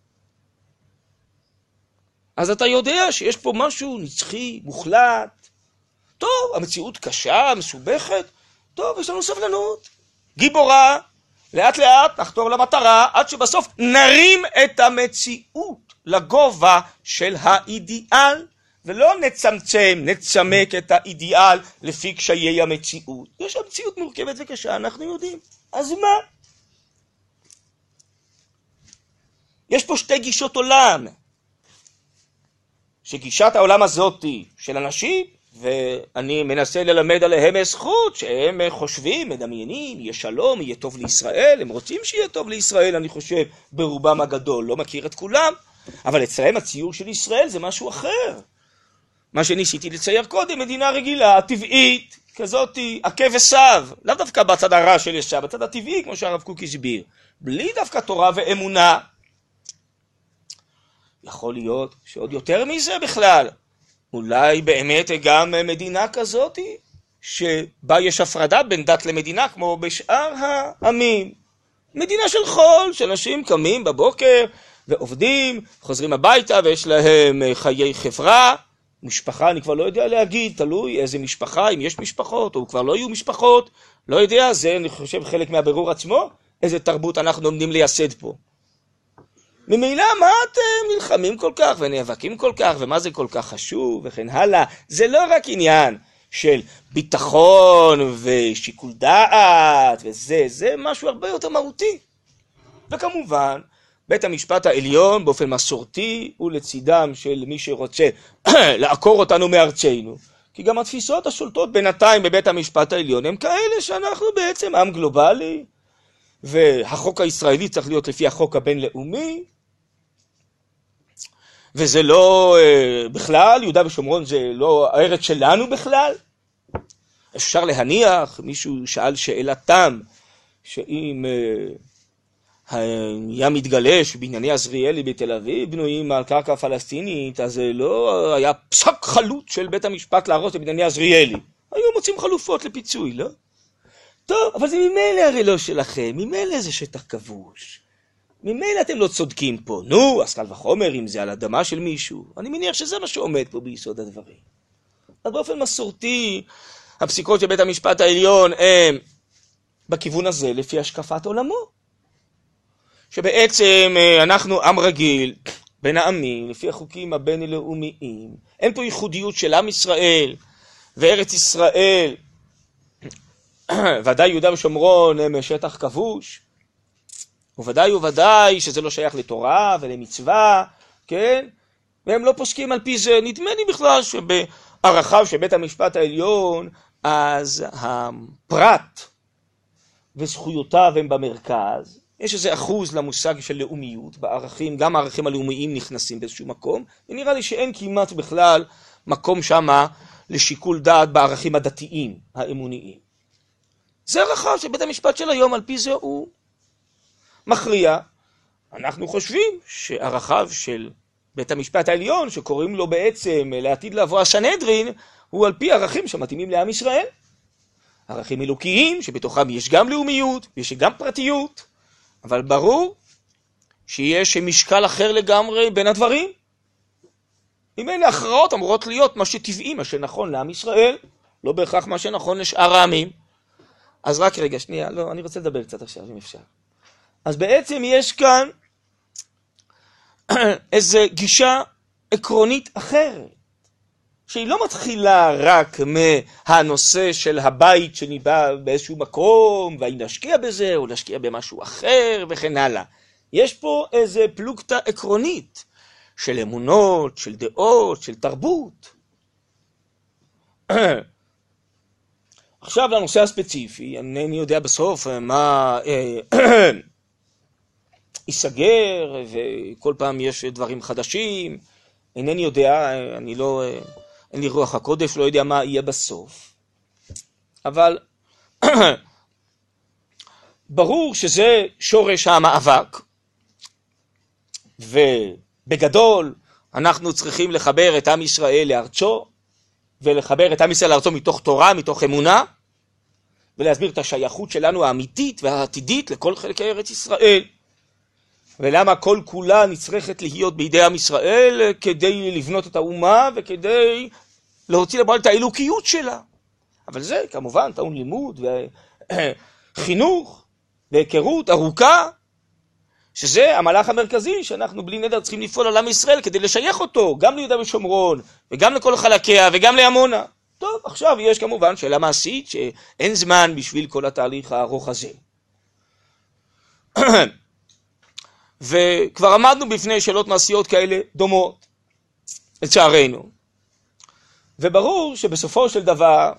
אז אתה יודע שיש פה משהו נצחי, מוחלט. טוב, המציאות קשה, מסובכת, טוב, יש לנו סבלנות. גיבורה, לאט לאט נחתור למטרה, עד שבסוף נרים את המציאות לגובה של האידיאל, ולא נצמק את האידיאל לפי קשיי המציאות. יש המציאות מורכבת וקשה, אנחנו יודעים. אז מה? יש פה שתי גישות עולם. שגישת העולם הזאת של אנשים, ואני מנסה ללמד עליהם זכות, שהם חושבים, מדמיינים, יהיה שלום, יהיה טוב לישראל, הם רוצים שיהיה טוב לישראל, אני חושב, ברובם הגדול, לא מכיר את כולם, אבל אצלהם הציור של ישראל זה משהו אחר. מה שניסיתי לצייר קודם, מדינה רגילה, טבעית, כזאת, עקב וסב, לאו דווקא בצד הרע של ישב, בצד הטבעי, כמו שהרב קוק הסביר, בלי דווקא תורה ואמונה. יכול להיות שעוד יותר מזה בכלל, אולי באמת גם מדינה כזאת, שבה יש הפרדה בין דת למדינה, כמו בשאר העמים. מדינה של חול, שאנשים קמים בבוקר ועובדים, חוזרים הביתה ויש להם חיי חברה, משפחה, אני כבר לא יודע להגיד, תלוי איזה משפחה, אם יש משפחות או כבר לא יהיו משפחות, לא יודע, זה אני חושב חלק מהבירור עצמו, איזה תרבות אנחנו עומדים לייסד פה. ממילא מה אתם נלחמים כל כך ונאבקים כל כך ומה זה כל כך חשוב וכן הלאה. זה לא רק עניין של ביטחון ושיקול דעת וזה, זה משהו הרבה יותר מהותי. וכמובן בית המשפט העליון באופן מסורתי הוא לצידם של מי שרוצה לעקור אותנו מארצנו. כי גם התפיסות השולטות בינתיים בבית המשפט העליון הם כאלה שאנחנו בעצם עם גלובלי, והחוק הישראלי צריך להיות לפי החוק הבינלאומי, וזה לא בכלל, יהודה ושומרון זה לא הארץ שלנו בכלל. אפשר להניח, מישהו שאל שאלתם, שאם היה מתגלה שבנייני עזריאלי בתל אביב בנויים על קרקע פלסטינית, אז זה לא היה פסק חלוט של בית המשפט להרוס את בנייני עזריאלי. היו מוצאים חלופות לפיצוי, לא? טוב, אבל זה ממילא הרי לא שלכם, ממילא זה שטח כבוש. ממילא אתם לא צודקים פה. נו, אז קל וחומר אם זה על אדמה של מישהו. אני מניח שזה מה שעומד פה ביסוד הדברים. אז באופן מסורתי, הפסיקות של בית המשפט העליון הם בכיוון הזה לפי השקפת עולמו. שבעצם אנחנו עם רגיל בין העמים, לפי החוקים הבינלאומיים. אין פה ייחודיות של עם ישראל וארץ ישראל. ודאי יהודה ושומרון הם שטח כבוש, וודאי שזה לא שייך לתורה ולמצווה, כן? והם לא פוסקים על פי זה. נדמה לי בכלל שבערכיו של בית המשפט העליון, אז הפרט וזכויותיו הם במרכז. יש איזה אחוז למושג של לאומיות בערכים, גם הערכים הלאומיים נכנסים באיזשהו מקום, ונראה לי שאין כמעט בכלל מקום שמה לשיקול דעת בערכים הדתיים, האמוניים. זה ערכיו של בית המשפט של היום, על פי זה הוא מכריע. אנחנו חושבים שערכיו של בית המשפט העליון, שקוראים לו בעצם לעתיד לבוא הסנהדרין, הוא על פי ערכים שמתאימים לעם ישראל. ערכים אלוקיים, שבתוכם יש גם לאומיות, יש גם פרטיות, אבל ברור שיש משקל אחר לגמרי בין הדברים. אם אלה הכרעות אמורות להיות מה שטבעי, מה שנכון לעם ישראל, לא בהכרח מה שנכון לשאר העמים. אז רק רגע, שנייה, לא, אני רוצה לדבר קצת עכשיו, אם אפשר. אז בעצם יש כאן איזו גישה עקרונית אחרת, שהיא לא מתחילה רק מהנושא של הבית שניבא באיזשהו מקום, והאם להשקיע בזה או להשקיע במשהו אחר וכן הלאה. יש פה איזו פלוגתא עקרונית של אמונות, של דעות, של תרבות. עכשיו לנושא הספציפי, אינני יודע בסוף מה ייסגר, וכל פעם יש דברים חדשים, אינני יודע, אין לי רוח הקודש, לא יודע מה יהיה בסוף. אבל ברור שזה שורש המאבק, ובגדול אנחנו צריכים לחבר את עם ישראל לארצו, ולחבר את עם ישראל לארצו מתוך תורה, מתוך אמונה, ולהסביר את השייכות שלנו האמיתית והעתידית לכל חלקי ארץ ישראל. ולמה כל כולה נצרכת להיות בידי עם ישראל כדי לבנות את האומה וכדי להוציא לפועל את האלוקיות שלה. אבל זה כמובן טעון לימוד וחינוך והיכרות ארוכה, שזה המהלך המרכזי שאנחנו בלי נדר צריכים לפעול על עם ישראל כדי לשייך אותו גם ליהודה ושומרון וגם לכל חלקיה וגם לעמונה. טוב, עכשיו יש כמובן שאלה מעשית שאין זמן בשביל כל התהליך הארוך הזה. וכבר עמדנו בפני שאלות מעשיות כאלה דומות, לצערנו. וברור שבסופו של דבר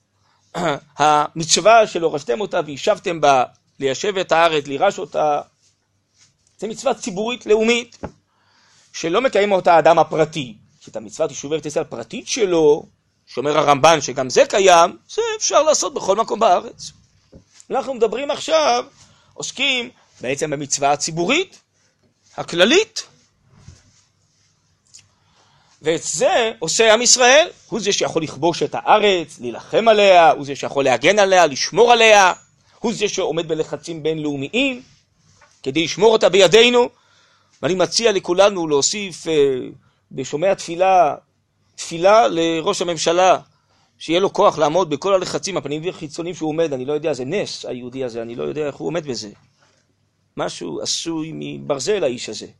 המצווה של הורשתם אותה וישבתם בה, ליישב את הארץ, לירש אותה, זה מצווה ציבורית לאומית, שלא מקיים אותה האדם הפרטי. כי את המצוות יישוב ארץ ישראל הפרטית שלו, שאומר הרמב"ן שגם זה קיים, זה אפשר לעשות בכל מקום בארץ. אנחנו מדברים עכשיו, עוסקים בעצם במצווה הציבורית, הכללית. ואת זה עושה עם ישראל, הוא זה שיכול לכבוש את הארץ, להילחם עליה, הוא זה שיכול להגן עליה, לשמור עליה, הוא זה שעומד בלחצים בינלאומיים, כדי לשמור אותה בידינו. ואני מציע לכולנו להוסיף בשומע תפילה לראש הממשלה, שיהיה לו כוח לעמוד בכל הלחצים הפנימיים והחיצוניים שהוא עומד. אני לא יודע, זה נס היהודי הזה, אני לא יודע איך הוא עומד בזה. משהו עשוי מברזל האיש הזה.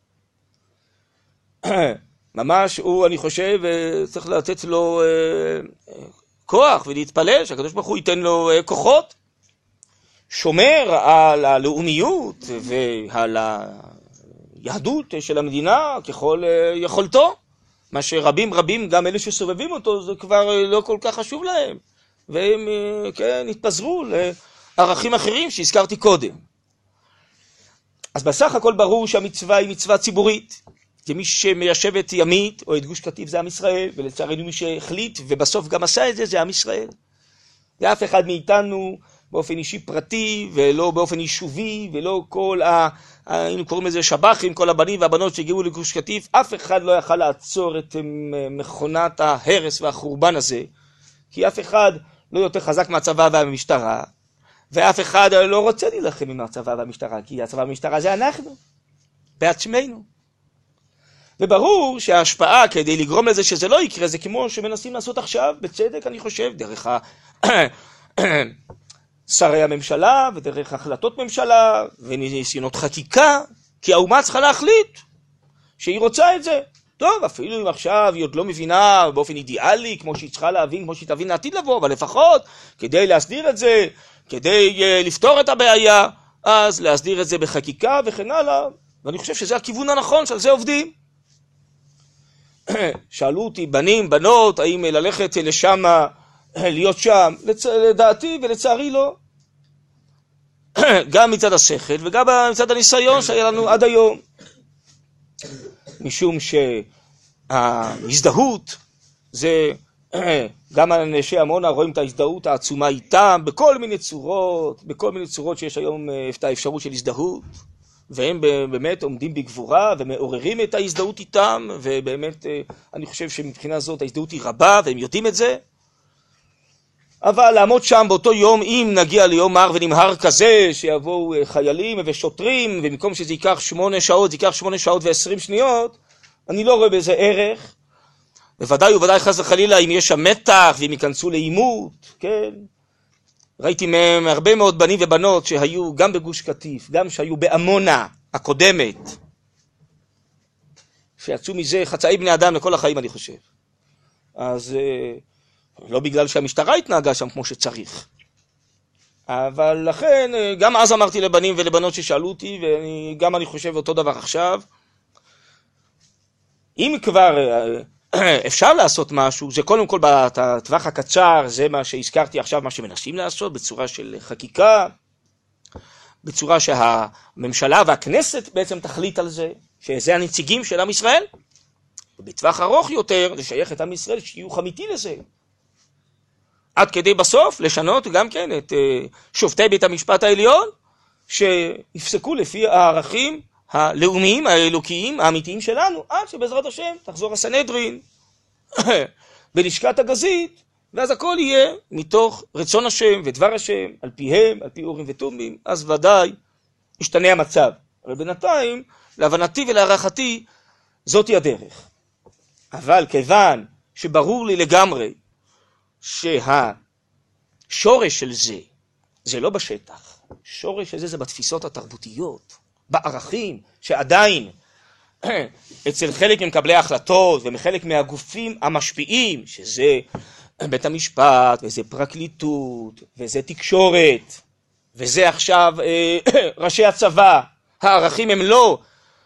ממש הוא, אני חושב, צריך לתת לו כוח ולהתפלל שהקדוש ברוך הוא ייתן לו כוחות. שומר על הלאומיות ועל היהדות של המדינה ככל יכולתו. מה שרבים, גם אלה שסובבים אותו, זה כבר לא כל כך חשוב להם. והם, כן, התפזרו לערכים אחרים שהזכרתי קודם. אז בסך הכל ברור שהמצווה היא מצווה ציבורית. כי מי שמיישב את ימית או את גוש קטיף זה עם ישראל, ולצערנו מי שהחליט ובסוף גם עשה את זה, זה עם ישראל. ואף אחד מאיתנו באופן אישי פרטי, ולא באופן יישובי, ולא כל היינו קוראים לזה שב"חים, כל הבנים והבנות שהגיעו לגוש קטיף, אף אחד לא יכל לעצור את מכונת ההרס והחורבן הזה, כי אף אחד לא יותר חזק מהצבא והמשטרה, ואף אחד לא רוצה להילחם עם הצבא והמשטרה, כי הצבא והמשטרה זה אנחנו, בעצמנו. וברור שההשפעה כדי לגרום לזה שזה לא יקרה, זה כמו שמנסים לעשות עכשיו, בצדק אני חושב, דרך שרי הממשלה ודרך החלטות ממשלה וניסיונות חקיקה, כי האומה צריכה להחליט שהיא רוצה את זה. טוב, אפילו אם עכשיו היא עוד לא מבינה באופן אידיאלי, כמו שהיא צריכה להבין, כמו שהיא תבין לעתיד לבוא, אבל לפחות כדי להסדיר את זה, כדי לפתור את הבעיה, אז להסדיר את זה בחקיקה וכן הלאה. ואני חושב שזה הכיוון הנכון, שעל זה עובדים. שאלו אותי בנים, בנות, האם ללכת לשם, להיות שם, לדעתי ולצערי לא. גם מצד השכל וגם מצד הניסיון שהיה לנו עד היום. משום שההזדהות זה, גם אנשי עמונה רואים את ההזדהות העצומה איתם בכל מיני צורות שיש היום את האפשרות של הזדהות, והם באמת עומדים בגבורה ומעוררים את ההזדהות איתם, ובאמת אני חושב שמבחינה זאת ההזדהות היא רבה והם יודעים את זה. אבל לעמוד שם באותו יום, אם נגיע ליום מר ונמהר כזה, שיבואו חיילים ושוטרים, ומקום שזה ייקח 8 שעות, זה ייקח 8 שעות ו20 שניות, אני לא רואה בזה ערך. בוודאי ובוודאי חס וחלילה אם יש שם מתח, ואם ייכנסו לעימות, כן? ראיתי מהם הרבה מאוד בנים ובנות שהיו גם בגוש קטיף, גם שהיו בעמונה הקודמת, שיצאו מזה חצאי בני אדם לכל החיים אני חושב. אז לא בגלל שהמשטרה התנהגה שם כמו שצריך. אבל לכן, גם אז אמרתי לבנים ולבנות ששאלו אותי, וגם אני חושב אותו דבר עכשיו, אם כבר אפשר לעשות משהו, זה קודם כל בטווח הקצר, זה מה שהזכרתי עכשיו, מה שמנסים לעשות בצורה של חקיקה, בצורה שהממשלה והכנסת בעצם תחליט על זה, שזה הנציגים של עם ישראל, ובטווח ארוך יותר לשייך את עם ישראל שיהיו חמיתי לזה. עד כדי בסוף לשנות גם כן את שופטי בית המשפט העליון, שיפסקו לפי הערכים הלאומיים, האלוקיים, האמיתיים שלנו, עד שבעזרת השם תחזור הסנהדרין בלשכת הגזית, ואז הכל יהיה מתוך רצון השם ודבר השם, על פיהם, על פי אורים ותומים, אז ודאי ישתנה המצב. אבל בינתיים, להבנתי ולהערכתי, זאתי הדרך. אבל כיוון שברור לי לגמרי שהשורש של זה לא בשטח, שורש של זה בתפיסות התרבותיות, בערכים שעדיין אצל חלק ממקבלי ההחלטות ומחלק מהגופים המשפיעים, שזה בית המשפט וזה פרקליטות וזה תקשורת וזה עכשיו ראשי הצבא, הערכים הם לא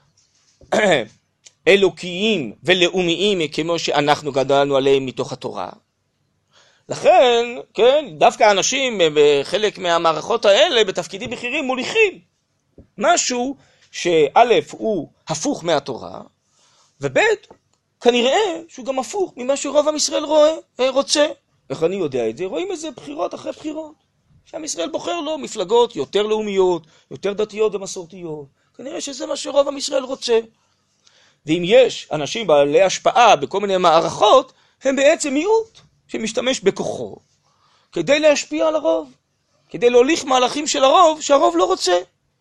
אלוקיים ולאומיים כמו שאנחנו גדלנו עליהם מתוך התורה. לכן, כן, דווקא האנשים בחלק מהמערכות האלה בתפקידים בכירים מוליכים משהו שא' הוא הפוך מהתורה, וב' כנראה שהוא גם הפוך ממה שרוב עם ישראל רוצה. איך אני יודע את זה? רואים את זה בחירות אחרי בחירות. שעם ישראל בוחר לו מפלגות יותר לאומיות, יותר דתיות ומסורתיות. כנראה שזה מה שרוב עם ישראל רוצה. ואם יש אנשים בעלי השפעה בכל מיני מערכות, הם בעצם מיעוט שמשתמש בכוחו כדי להשפיע על הרוב, כדי להוליך מהלכים של הרוב שהרוב לא רוצה.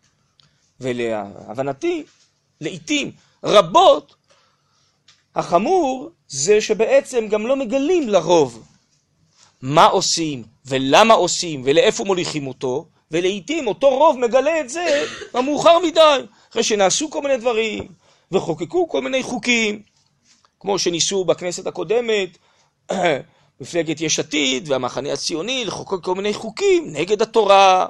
ולהבנתי, לעתים רבות, החמור זה שבעצם גם לא מגלים לרוב מה עושים ולמה עושים ולאיפה מוליכים אותו, ולעתים אותו רוב מגלה את זה המאוחר מדי, אחרי שנעשו כל מיני דברים וחוקקו כל מיני חוקים, כמו שניסו בכנסת הקודמת, מפלגת יש עתיד והמחנה הציוני לחוקק כל מיני חוקים נגד התורה.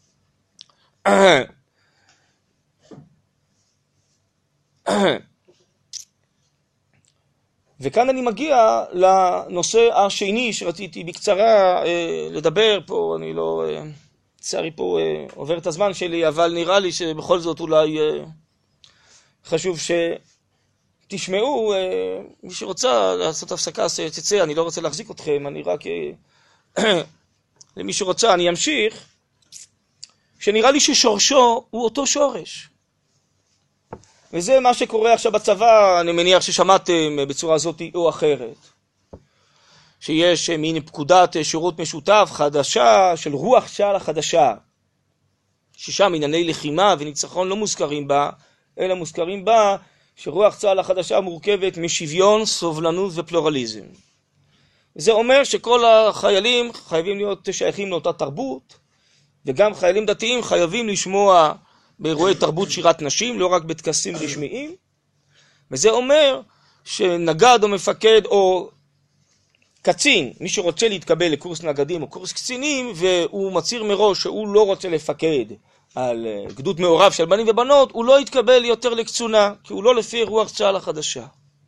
וכאן אני מגיע לנושא השני שרציתי בקצרה לדבר פה. אני לא, צערי פה עובר את הזמן שלי, אבל נראה לי שבכל זאת אולי חשוב שתשמעו. מי שרוצה לעשות הפסקה תצא, אני לא רוצה להחזיק אתכם, אני רק למי שרוצה אני אמשיך, שנראה לי ששורשו הוא אותו שורש. וזה מה שקורה עכשיו בצבא, אני מניח ששמעתם בצורה זאת או אחרת. שיש מין פקודת שירות משותף חדשה, של רוח צה"ל החדשה. ששם ענייני לחימה וניצחון לא מוזכרים בה, אלא מוזכרים בה שרוח צה"ל החדשה מורכבת משוויון, סובלנות ופלורליזם. זה אומר שכל החיילים חייבים להיות שייכים לאותה תרבות, וגם חיילים דתיים חייבים לשמוע באירועי תרבות שירת נשים, לא רק בטקסים רשמיים. וזה אומר שנגד או מפקד או קצין, מי שרוצה להתקבל לקורס נגדים או קורס קצינים, והוא מצהיר מראש שהוא לא רוצה לפקד על גדוד מעורב של בנים ובנות, הוא לא יתקבל יותר לקצונה, כי הוא לא לפי רוח צה"ל החדשה.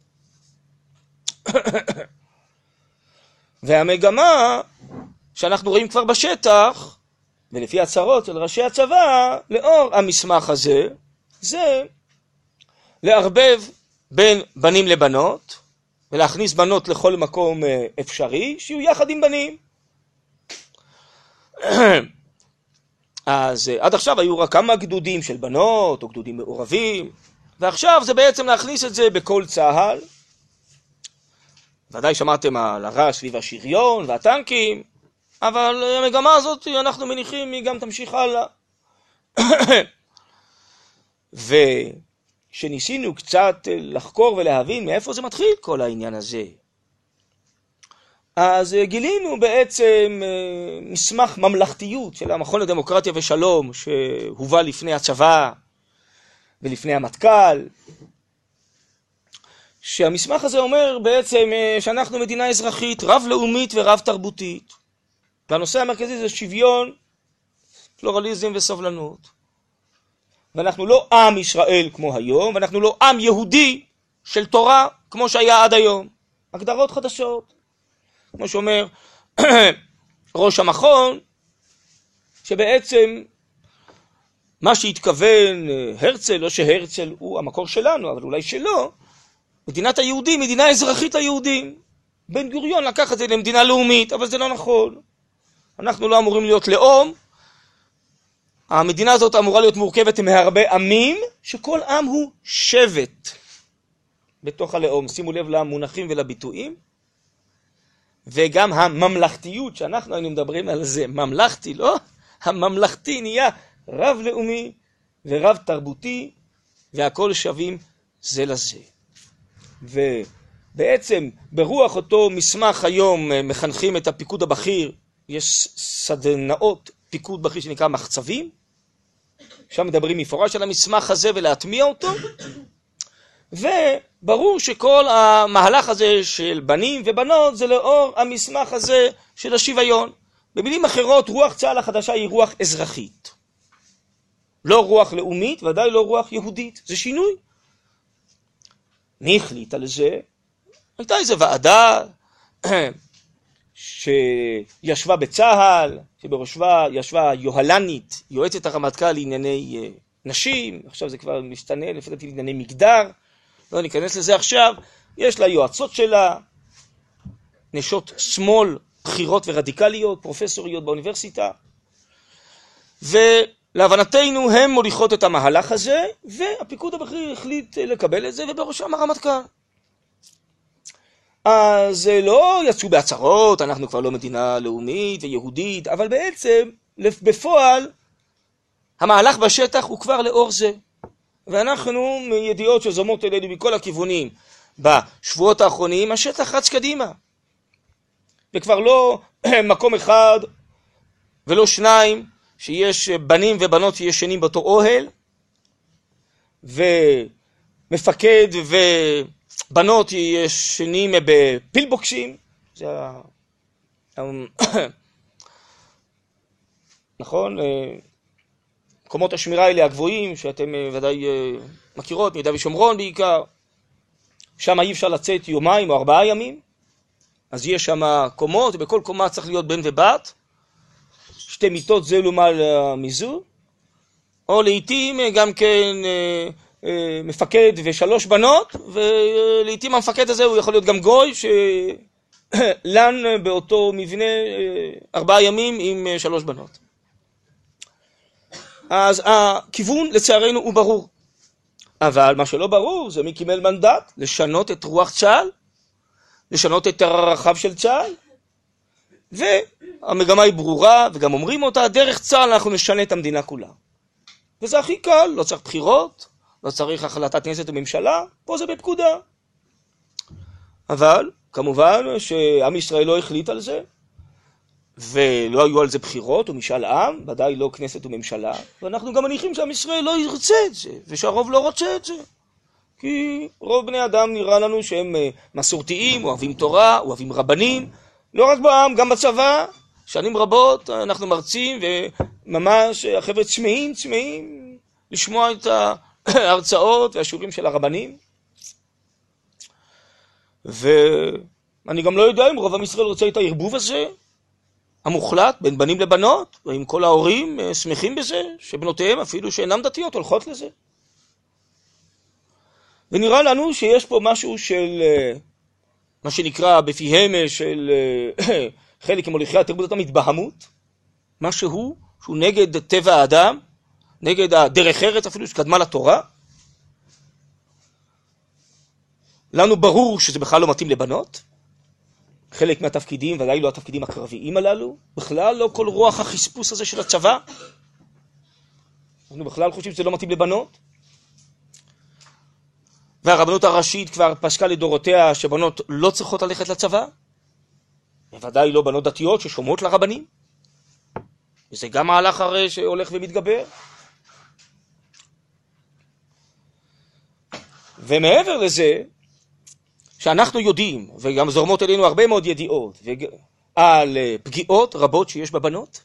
והמגמה שאנחנו רואים כבר בשטח, ולפי הצהרות של ראשי הצבא, לאור המסמך הזה, זה לערבב בין בנים לבנות, ולהכניס בנות לכל מקום אפשרי, שיהיו יחד עם בנים. אז עד עכשיו היו רק כמה גדודים של בנות, או גדודים מעורבים, ועכשיו זה בעצם להכניס את זה בכל צה"ל. ודאי שמעתם על הרעש סביב השריון והטנקים, אבל המגמה הזאת אנחנו מניחים היא גם תמשיך הלאה. ושניסינו קצת לחקור ולהבין מאיפה זה מתחיל כל העניין הזה, אז גילינו בעצם מסמך ממלכתיות של המכון לדמוקרטיה ושלום שהובא לפני הצבא ולפני המטכ"ל, שהמסמך הזה אומר בעצם שאנחנו מדינה אזרחית רב-לאומית ורב-תרבותית, והנושא המרכזי זה שוויון, פלורליזם וסובלנות. ואנחנו לא עם ישראל כמו היום, ואנחנו לא עם יהודי של תורה כמו שהיה עד היום. הגדרות חדשות. כמו שאומר ראש המכון, שבעצם מה שהתכוון הרצל, לא שהרצל הוא המקור שלנו, אבל אולי שלא, מדינת היהודים, מדינה אזרחית ליהודים. בן גוריון לקח את זה למדינה לאומית, אבל זה לא נכון. אנחנו לא אמורים להיות לאום. המדינה הזאת אמורה להיות מורכבת מהרבה עמים, שכל עם הוא שבט בתוך הלאום. שימו לב למונחים ולביטויים. וגם הממלכתיות, שאנחנו היינו מדברים על זה, ממלכתי, לא? הממלכתי נהיה רב לאומי ורב תרבותי, והכל שווים זה לזה. ובעצם ברוח אותו מסמך היום מחנכים את הפיקוד הבכיר, יש סדנאות פיקוד בכיר שנקרא מחצבים, שם מדברים מפורש על המסמך הזה ולהטמיע אותו, וברור שכל המהלך הזה של בנים ובנות זה לאור המסמך הזה של השוויון. במילים אחרות, רוח צה"ל החדשה היא רוח אזרחית. לא רוח לאומית, ודאי לא רוח יהודית. זה שינוי. מי החליט על זה? הייתה איזו ועדה שישבה בצה"ל, שבראשה ישבה יוהל"נית, יועצת הרמטכ"ל לענייני נשים, עכשיו זה כבר משתנה, לפי דעתי לענייני מגדר, לא ניכנס לזה עכשיו, יש לה יועצות שלה, נשות שמאל, בחירות ורדיקליות, פרופסוריות באוניברסיטה, ולהבנתנו הם מוליכות את המהלך הזה, והפיקוד הבכיר החליט לקבל את זה, ובראשם הרמטכ"ל. אז לא יצאו בהצהרות, אנחנו כבר לא מדינה לאומית ויהודית, אבל בעצם בפועל המהלך בשטח הוא כבר לאור זה. ואנחנו מידיעות שזומות אלינו מכל הכיוונים בשבועות האחרונים, השטח רץ קדימה. וכבר לא מקום אחד ולא שניים, שיש בנים ובנות שישנים באותו אוהל, ומפקד ובנות ישנים בפילבוקסים, זה נכון? מקומות השמירה האלה הגבוהים, שאתם ודאי מכירות, מיהודה ושומרון בעיקר, שם אי אפשר לצאת יומיים או 4 ימים, אז יש שם קומות, ובכל קומה צריך להיות בן ובת, 2 מיטות זה לעומת מזו, או לעתים גם כן מפקד ו3 בנות, ולעתים המפקד הזה הוא יכול להיות גם גוי, שלן באותו מבנה 4 ימים עם 3 בנות. אז הכיוון לצערנו הוא ברור. אבל מה שלא ברור זה מי קיבל מנדט לשנות את רוח צה"ל, לשנות את הרחב של צה"ל, והמגמה היא ברורה, וגם אומרים אותה, דרך צה"ל אנחנו נשנה את המדינה כולה. וזה הכי קל, לא צריך בחירות, לא צריך החלטת כנסת וממשלה, פה זה בפקודה. אבל כמובן שעם ישראל לא החליט על זה, ולא היו על זה בחירות ומשאל עם, ודאי לא כנסת וממשלה, ואנחנו גם מניחים שעם ישראל לא ירצה את זה, ושהרוב לא רוצה את זה. כי רוב בני אדם נראה לנו שהם מסורתיים, אוהבים תורה, אוהבים רבנים, לא רק בעם, גם בצבא, שנים רבות אנחנו מרצים, וממש החבר'ה צמאים לשמוע את ההרצאות והשיעורים של הרבנים. ואני גם לא יודע אם רוב עם ישראל רוצה את הערבוב הזה, המוחלט בין בנים לבנות, ואם כל ההורים שמחים בזה, שבנותיהם אפילו שאינם דתיות הולכות לזה. ונראה לנו שיש פה משהו של, מה שנקרא בפיהם של חלק ממוליכי התרבות המתבהמות, משהו שהוא נגד טבע האדם, נגד הדרך ארץ אפילו שקדמה לתורה. לנו ברור שזה בכלל לא מתאים לבנות, חלק מהתפקידים, ודאי לא התפקידים הקרביים הללו, בכלל לא כל רוח החספוס הזה של הצבא. אנחנו בכלל חושבים שזה לא מתאים לבנות. והרבנות הראשית כבר פסקה לדורותיה שבנות לא צריכות ללכת לצבא, בוודאי לא בנות דתיות ששומעות לרבנים. וזה גם מהלך הרי שהולך ומתגבר. ומעבר לזה, שאנחנו יודעים, וגם זורמות אלינו הרבה מאוד ידיעות, על פגיעות רבות שיש בבנות,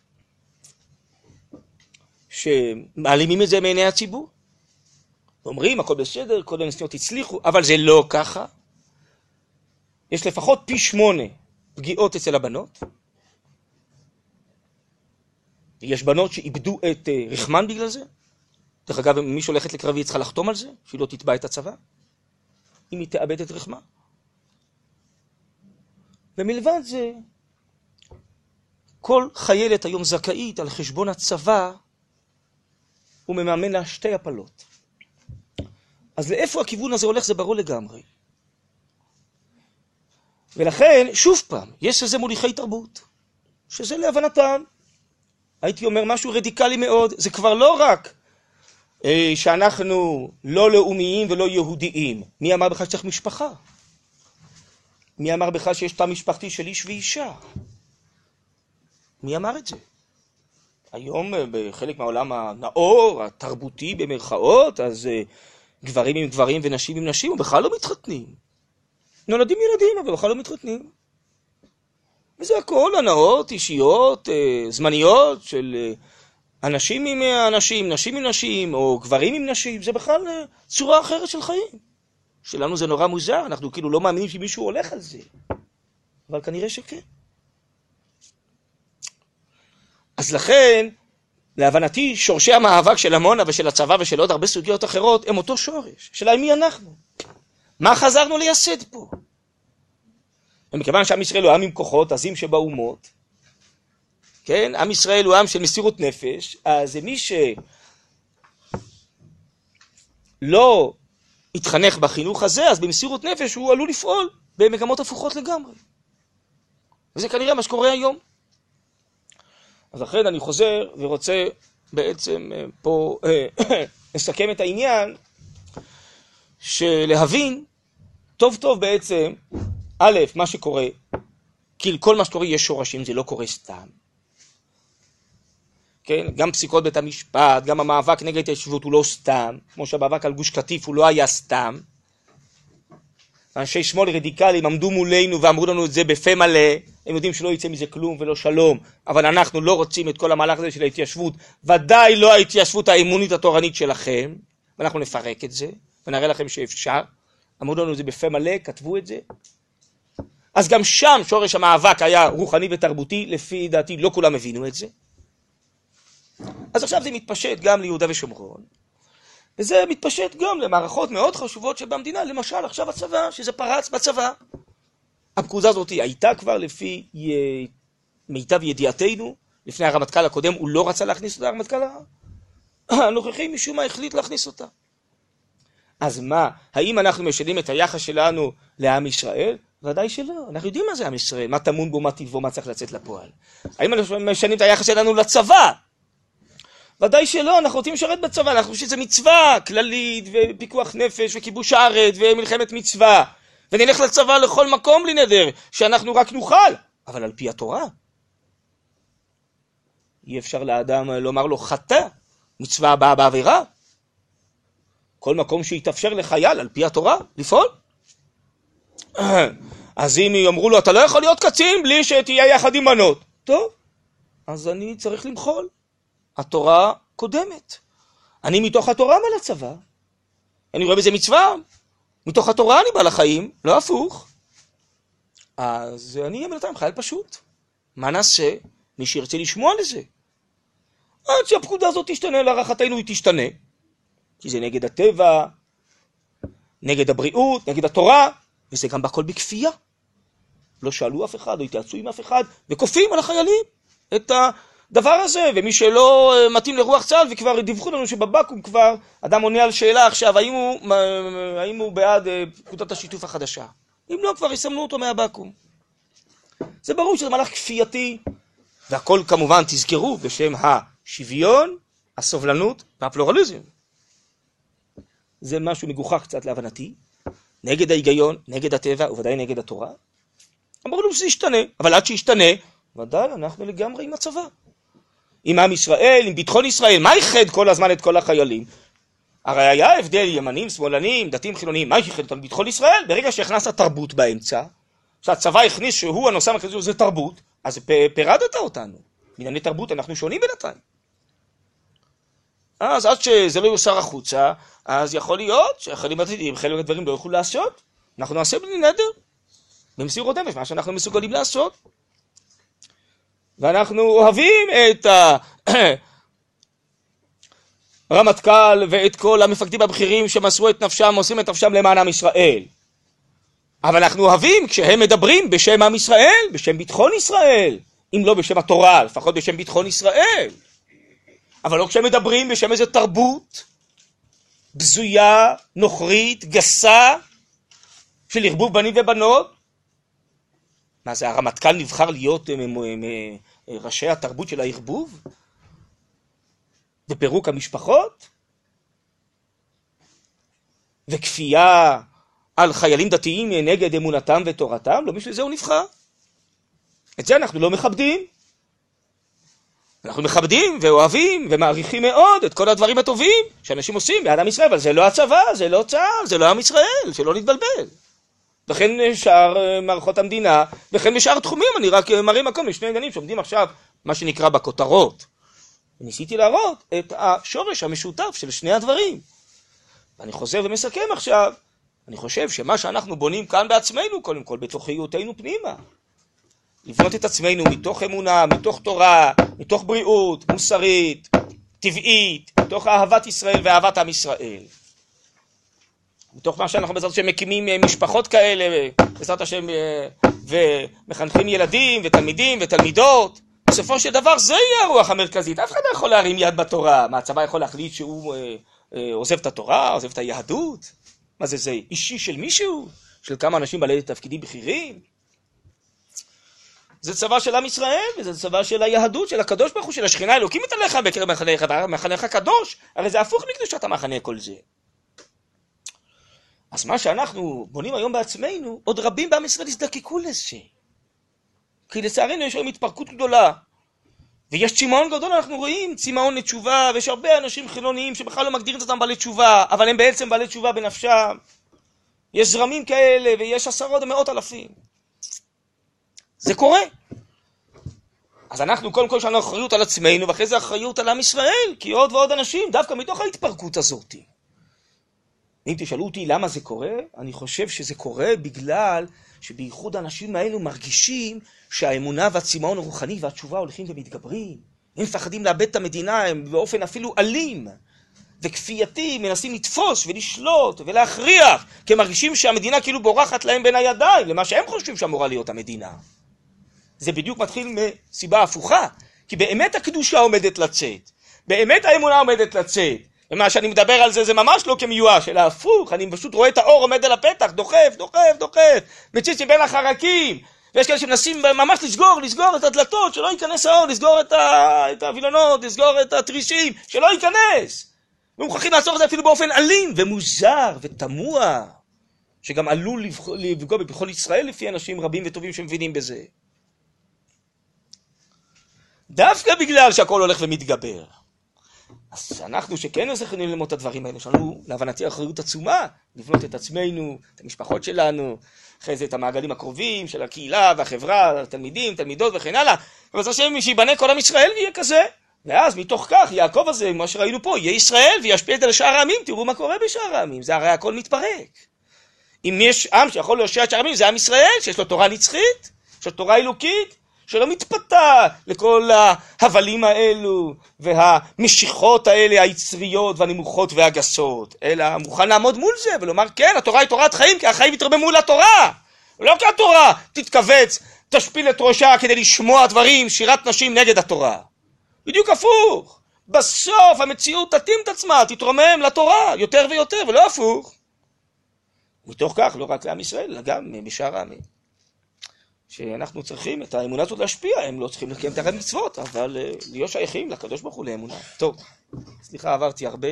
שמעלימים את זה מעיני הציבור. אומרים, הכל בסדר, כל הניסיונות הצליחו, אבל זה לא ככה. יש לפחות פי 8 פגיעות אצל הבנות. יש בנות שאיבדו את רחמן בגלל זה. דרך אגב, מי שהולכת לקרבי היא צריכה לחתום על זה, שהיא לא תתבע את הצבא, אם היא תאבד את רחמה. ומלבד זה, כל חיילת היום זכאית על חשבון הצבא, הוא מממן לה 2 הפלות. אז לאיפה הכיוון הזה הולך זה ברור לגמרי. ולכן, שוב פעם, יש לזה מוליכי תרבות, שזה להבנתם. הייתי אומר משהו רדיקלי מאוד, זה כבר לא רק שאנחנו לא לאומיים ולא יהודיים. מי אמר בכלל שצריך משפחה? מי אמר בכלל שיש תא משפחתי של איש ואישה? מי אמר את זה? היום בחלק מהעולם הנאור, התרבותי במרכאות, אז גברים עם גברים ונשים עם נשים, בכלל לא מתחתנים. נולדים ילדים, אבל בכלל לא מתחתנים. וזה הכל הנאות אישיות, זמניות, של אנשים עם אנשים, נשים עם נשים, או גברים עם נשים. זה בכלל צורה אחרת של חיים. שלנו זה נורא מוזר, אנחנו כאילו לא מאמינים שמישהו הולך על זה. אבל כנראה שכן. אז לכן, להבנתי, שורשי המאבק של עמונה ושל הצבא ושל עוד הרבה סוגיות אחרות, הם אותו שורש. שאלה מי אנחנו? מה חזרנו לייסד פה? ומכיוון שעם ישראל הוא עם כוחות, עזים שבאומות, כן? עם ישראל הוא עם של מסירות נפש, אז מי שלא התחנך בחינוך הזה, אז במסירות נפש הוא עלול לפעול במגמות הפוכות לגמרי. וזה כנראה מה שקורה היום. אז לכן אני חוזר ורוצה בעצם פה לסכם את העניין, שלהבין טוב טוב בעצם, א', מה שקורה, כי כל מה שקורה יש שורשים, זה לא קורה סתם. כן? גם פסיקות בית המשפט, גם המאבק נגד ההתיישבות הוא לא סתם, כמו שהמאבק על גוש קטיף הוא לא היה סתם. אנשי שמאל רדיקליים עמדו מולנו ואמרו לנו את זה בפה מלא, הם יודעים שלא יצא מזה כלום ולא שלום, אבל אנחנו לא רוצים את כל המהלך הזה של ההתיישבות, ודאי לא ההתיישבות האמונית התורנית שלכם, ואנחנו נפרק את זה, ונראה לכם שאפשר. אמרו לנו את זה בפה מלא, כתבו את זה. אז גם שם שורש המאבק היה רוחני ותרבותי, לפי דעתי לא כולם הבינו את זה. אז עכשיו זה מתפשט גם ליהודה ושומרון, וזה מתפשט גם למערכות מאוד חשובות שבמדינה, למשל עכשיו הצבא, שזה פרץ בצבא. הפקודה הזאת הייתה כבר לפי מיטב ידיעתנו, לפני הרמטכ"ל הקודם הוא לא רצה להכניס אותה, הרמטכ"ל הנוכחי משום מה החליט להכניס אותה. אז מה, האם אנחנו משנים את היחס שלנו לעם ישראל? ודאי שלא, אנחנו יודעים מה זה עם ישראל, מה טמון בו, מה טיבו, מה צריך לצאת לפועל. האם אנחנו משנים את היחס שלנו לצבא? ודאי שלא, אנחנו רוצים לשרת בצבא, אנחנו חושבים שזה מצווה כללית ופיקוח נפש וכיבוש הארץ ומלחמת מצווה, ונלך לצבא לכל מקום בלי נדר, שאנחנו רק נוכל, אבל על פי התורה. אי אפשר לאדם לומר לו חטא, מצווה הבאה בעבירה. כל מקום שיתאפשר לחייל על פי התורה לפעול. אז אם יאמרו לו אתה לא יכול להיות קצין בלי שתהיה יחד עם בנות, טוב, אז אני צריך למחול. התורה קודמת. אני מתוך התורה בא לצבא. אני רואה בזה מצווה. מתוך התורה אני בא לחיים, לא הפוך. אז אני אהיה בינתיים חייל פשוט. מה נעשה? מי שירצה לשמוע לזה. עד שהפקודה הזאת תשתנה, להערכתנו היא תשתנה. כי זה נגד הטבע, נגד הבריאות, נגד התורה, וזה גם בכל בכפייה. לא שאלו אף אחד, או התייעצו עם אף אחד, וכופים על החיילים את הדבר הזה, ומי שלא מתאים לרוח צה"ל, וכבר דיווחו לנו שבבקו"ם כבר אדם עונה על שאלה עכשיו, האם הוא בעד פקודת השיתוף החדשה. אם לא, כבר יסמנו אותו מהבקו"ם. זה ברור שזה מהלך כפייתי, והכל כמובן תזכרו בשם השוויון, הסובלנות והפלורליזם. זה משהו מגוחך קצת להבנתי, נגד ההיגיון, נגד הטבע, וודאי נגד התורה. אמרו לנו שזה ישתנה, אבל עד שישתנה, ודאי אנחנו לגמרי עם הצבא. עם עם ישראל, עם ביטחון ישראל, מה ייחד כל הזמן את כל החיילים? הרי היה הבדל ימנים, שמאלנים, דתיים, חילוניים, מה ייחד אותם ביטחון ישראל? ברגע שהכנסת התרבות באמצע, שהצבא הכניס שהוא הנושא המרכזי, זה תרבות, אז פרדת אותנו. בענייני תרבות אנחנו שונים בינתיים. אז עד שזה לא יוסר החוצה, אז יכול להיות שהחיילים עתידיים חלק מהדברים לא יוכלו לעשות. אנחנו נעשה בלי נדר. במסירות נפש, מה שאנחנו מסוגלים לעשות. ואנחנו אוהבים את הרמטכ"ל ואת כל המפקדים הבכירים שמסרו את נפשם, מוסרים את נפשם למען עם ישראל. אבל אנחנו אוהבים כשהם מדברים בשם עם ישראל, בשם ביטחון ישראל, אם לא בשם התורה, לפחות בשם ביטחון ישראל. אבל לא כשהם מדברים בשם איזו תרבות בזויה, נוכרית, גסה, של ערבוב בנים ובנות. מה זה, הרמטכ"ל נבחר להיות ראשי התרבות של הערבוב? ופירוק המשפחות? וכפייה על חיילים דתיים נגד אמונתם ותורתם? לא בשביל זה הוא נבחר. את זה אנחנו לא מכבדים. אנחנו מכבדים ואוהבים ומעריכים מאוד את כל הדברים הטובים שאנשים עושים בעד עם ישראל, אבל זה לא הצבא, זה לא צה"ל, זה לא עם ישראל, שלא נתבלבל. וכן שאר מערכות המדינה, וכן בשאר תחומים, אני רק מראה מקום לשני עניינים שעומדים עכשיו, מה שנקרא בכותרות. וניסיתי להראות את השורש המשותף של שני הדברים. ואני חוזר ומסכם עכשיו, אני חושב שמה שאנחנו בונים כאן בעצמנו, קודם כל בתוכיותנו פנימה, לבנות את עצמנו מתוך אמונה, מתוך תורה, מתוך בריאות, מוסרית, טבעית, מתוך אהבת ישראל ואהבת עם ישראל. מתוך מה שאנחנו בעזרת השם מקימים משפחות כאלה, בעזרת השם, ומחנכים ילדים ותלמידים ותלמידות. בסופו של דבר זה יהיה הרוח המרכזית. אף אחד לא יכול להרים יד בתורה. מה, הצבא יכול להחליט שהוא עוזב את התורה, עוזב את היהדות? מה זה, זה אישי של מישהו? של כמה אנשים בעלי תפקידים בכירים? זה צבא של עם ישראל, וזה צבא של היהדות, של הקדוש ברוך הוא, של השכינה האלוקים מתעליך בקרב מחניך, מחניך קדוש. הרי זה הפוך מקדושת המחנה כל זה. אז מה שאנחנו בונים היום בעצמנו, עוד רבים בעם ישראל יזדקקו לזה. כי לצערנו יש היום התפרקות גדולה. ויש צמאון גדול, אנחנו רואים צמאון לתשובה, ויש הרבה אנשים חילוניים שבכלל לא מגדירים אותם בעלי תשובה, אבל הם בעצם בעלי תשובה בנפשם. יש זרמים כאלה, ויש עשרות ומאות אלפים. זה קורה. אז אנחנו קודם כל יש לנו אחריות על עצמנו, ואחרי זה אחריות על עם ישראל, כי עוד ועוד אנשים, דווקא מתוך ההתפרקות הזאת. אם תשאלו אותי למה זה קורה, אני חושב שזה קורה בגלל שבייחוד האנשים האלו מרגישים שהאמונה והצמאון הרוחני והתשובה הולכים ומתגברים. הם מפחדים לאבד את המדינה, הם באופן אפילו אלים וכפייתי מנסים לתפוס ולשלוט ולהכריח, כי הם מרגישים שהמדינה כאילו בורחת להם בין הידיים, למה שהם חושבים שאמורה להיות המדינה. זה בדיוק מתחיל מסיבה הפוכה, כי באמת הקדושה עומדת לצאת, באמת האמונה עומדת לצאת, ומה שאני מדבר על זה, זה ממש לא כמיואש, אלא הפוך, אני פשוט רואה את האור עומד על הפתח, דוחף, מציץ בין החרקים, ויש כאלה שמנסים ממש לסגור את הדלתות, שלא ייכנס האור, לסגור את הווילונות, לסגור את התרישים, שלא ייכנס. ומוכרחים לעצור את זה אפילו באופן אלים ומוזר ותמוה, שגם עלול לפגוע בביטחון ישראל לפי אנשים רבים וטובים שמבינים בזה. דווקא בגלל שהכל הולך ומתגבר. אז אנחנו שכן צריכים ללמוד את הדברים האלה, יש לנו להבנתי אחריות עצומה, לבנות את עצמנו, את המשפחות שלנו, אחרי זה את המעגלים הקרובים של הקהילה והחברה, התלמידים, תלמידות וכן הלאה, אבל זה השם שיבנה כל עם ישראל ויהיה כזה, ואז מתוך כך יעקב הזה, מה שראינו פה, יהיה ישראל וישפיע את זה לשאר העמים, תראו מה קורה בשאר העמים, זה הרי הכל מתפרק. אם יש עם שיכול להושיע את שאר העמים, זה עם ישראל, שיש לו תורה נצחית, יש לו תורה אלוקית, שלא מתפתה לכל ההבלים האלו והמשיכות האלה היצריות והנמוכות והגסות, אלא מוכן לעמוד מול זה ולומר כן, התורה היא תורת חיים, כי החיים יתרוממו לתורה, לא כי התורה תתכווץ, תשפיל את ראשה כדי לשמוע דברים, שירת נשים נגד התורה. בדיוק הפוך, בסוף המציאות תתאים את עצמה, תתרומם לתורה יותר ויותר, ולא הפוך. מתוך כך לא רק לעם ישראל, אלא גם בשאר העמים. שאנחנו צריכים את האמונה הזאת להשפיע, הם לא צריכים לקיים את הרי מצוות, אבל להיות שייכים לקדוש ברוך הוא לאמונה. טוב, סליחה, עברתי הרבה.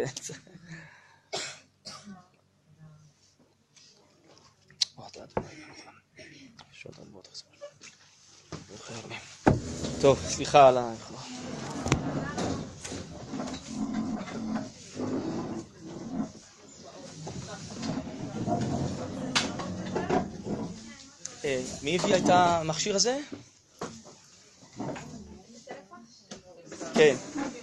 טוב, סליחה על האיחור. מי הביא את המכשיר הזה? כן.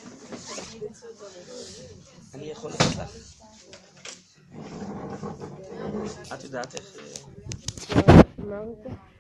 אני יכול לתת לך. את יודעת איך... אמר את זה?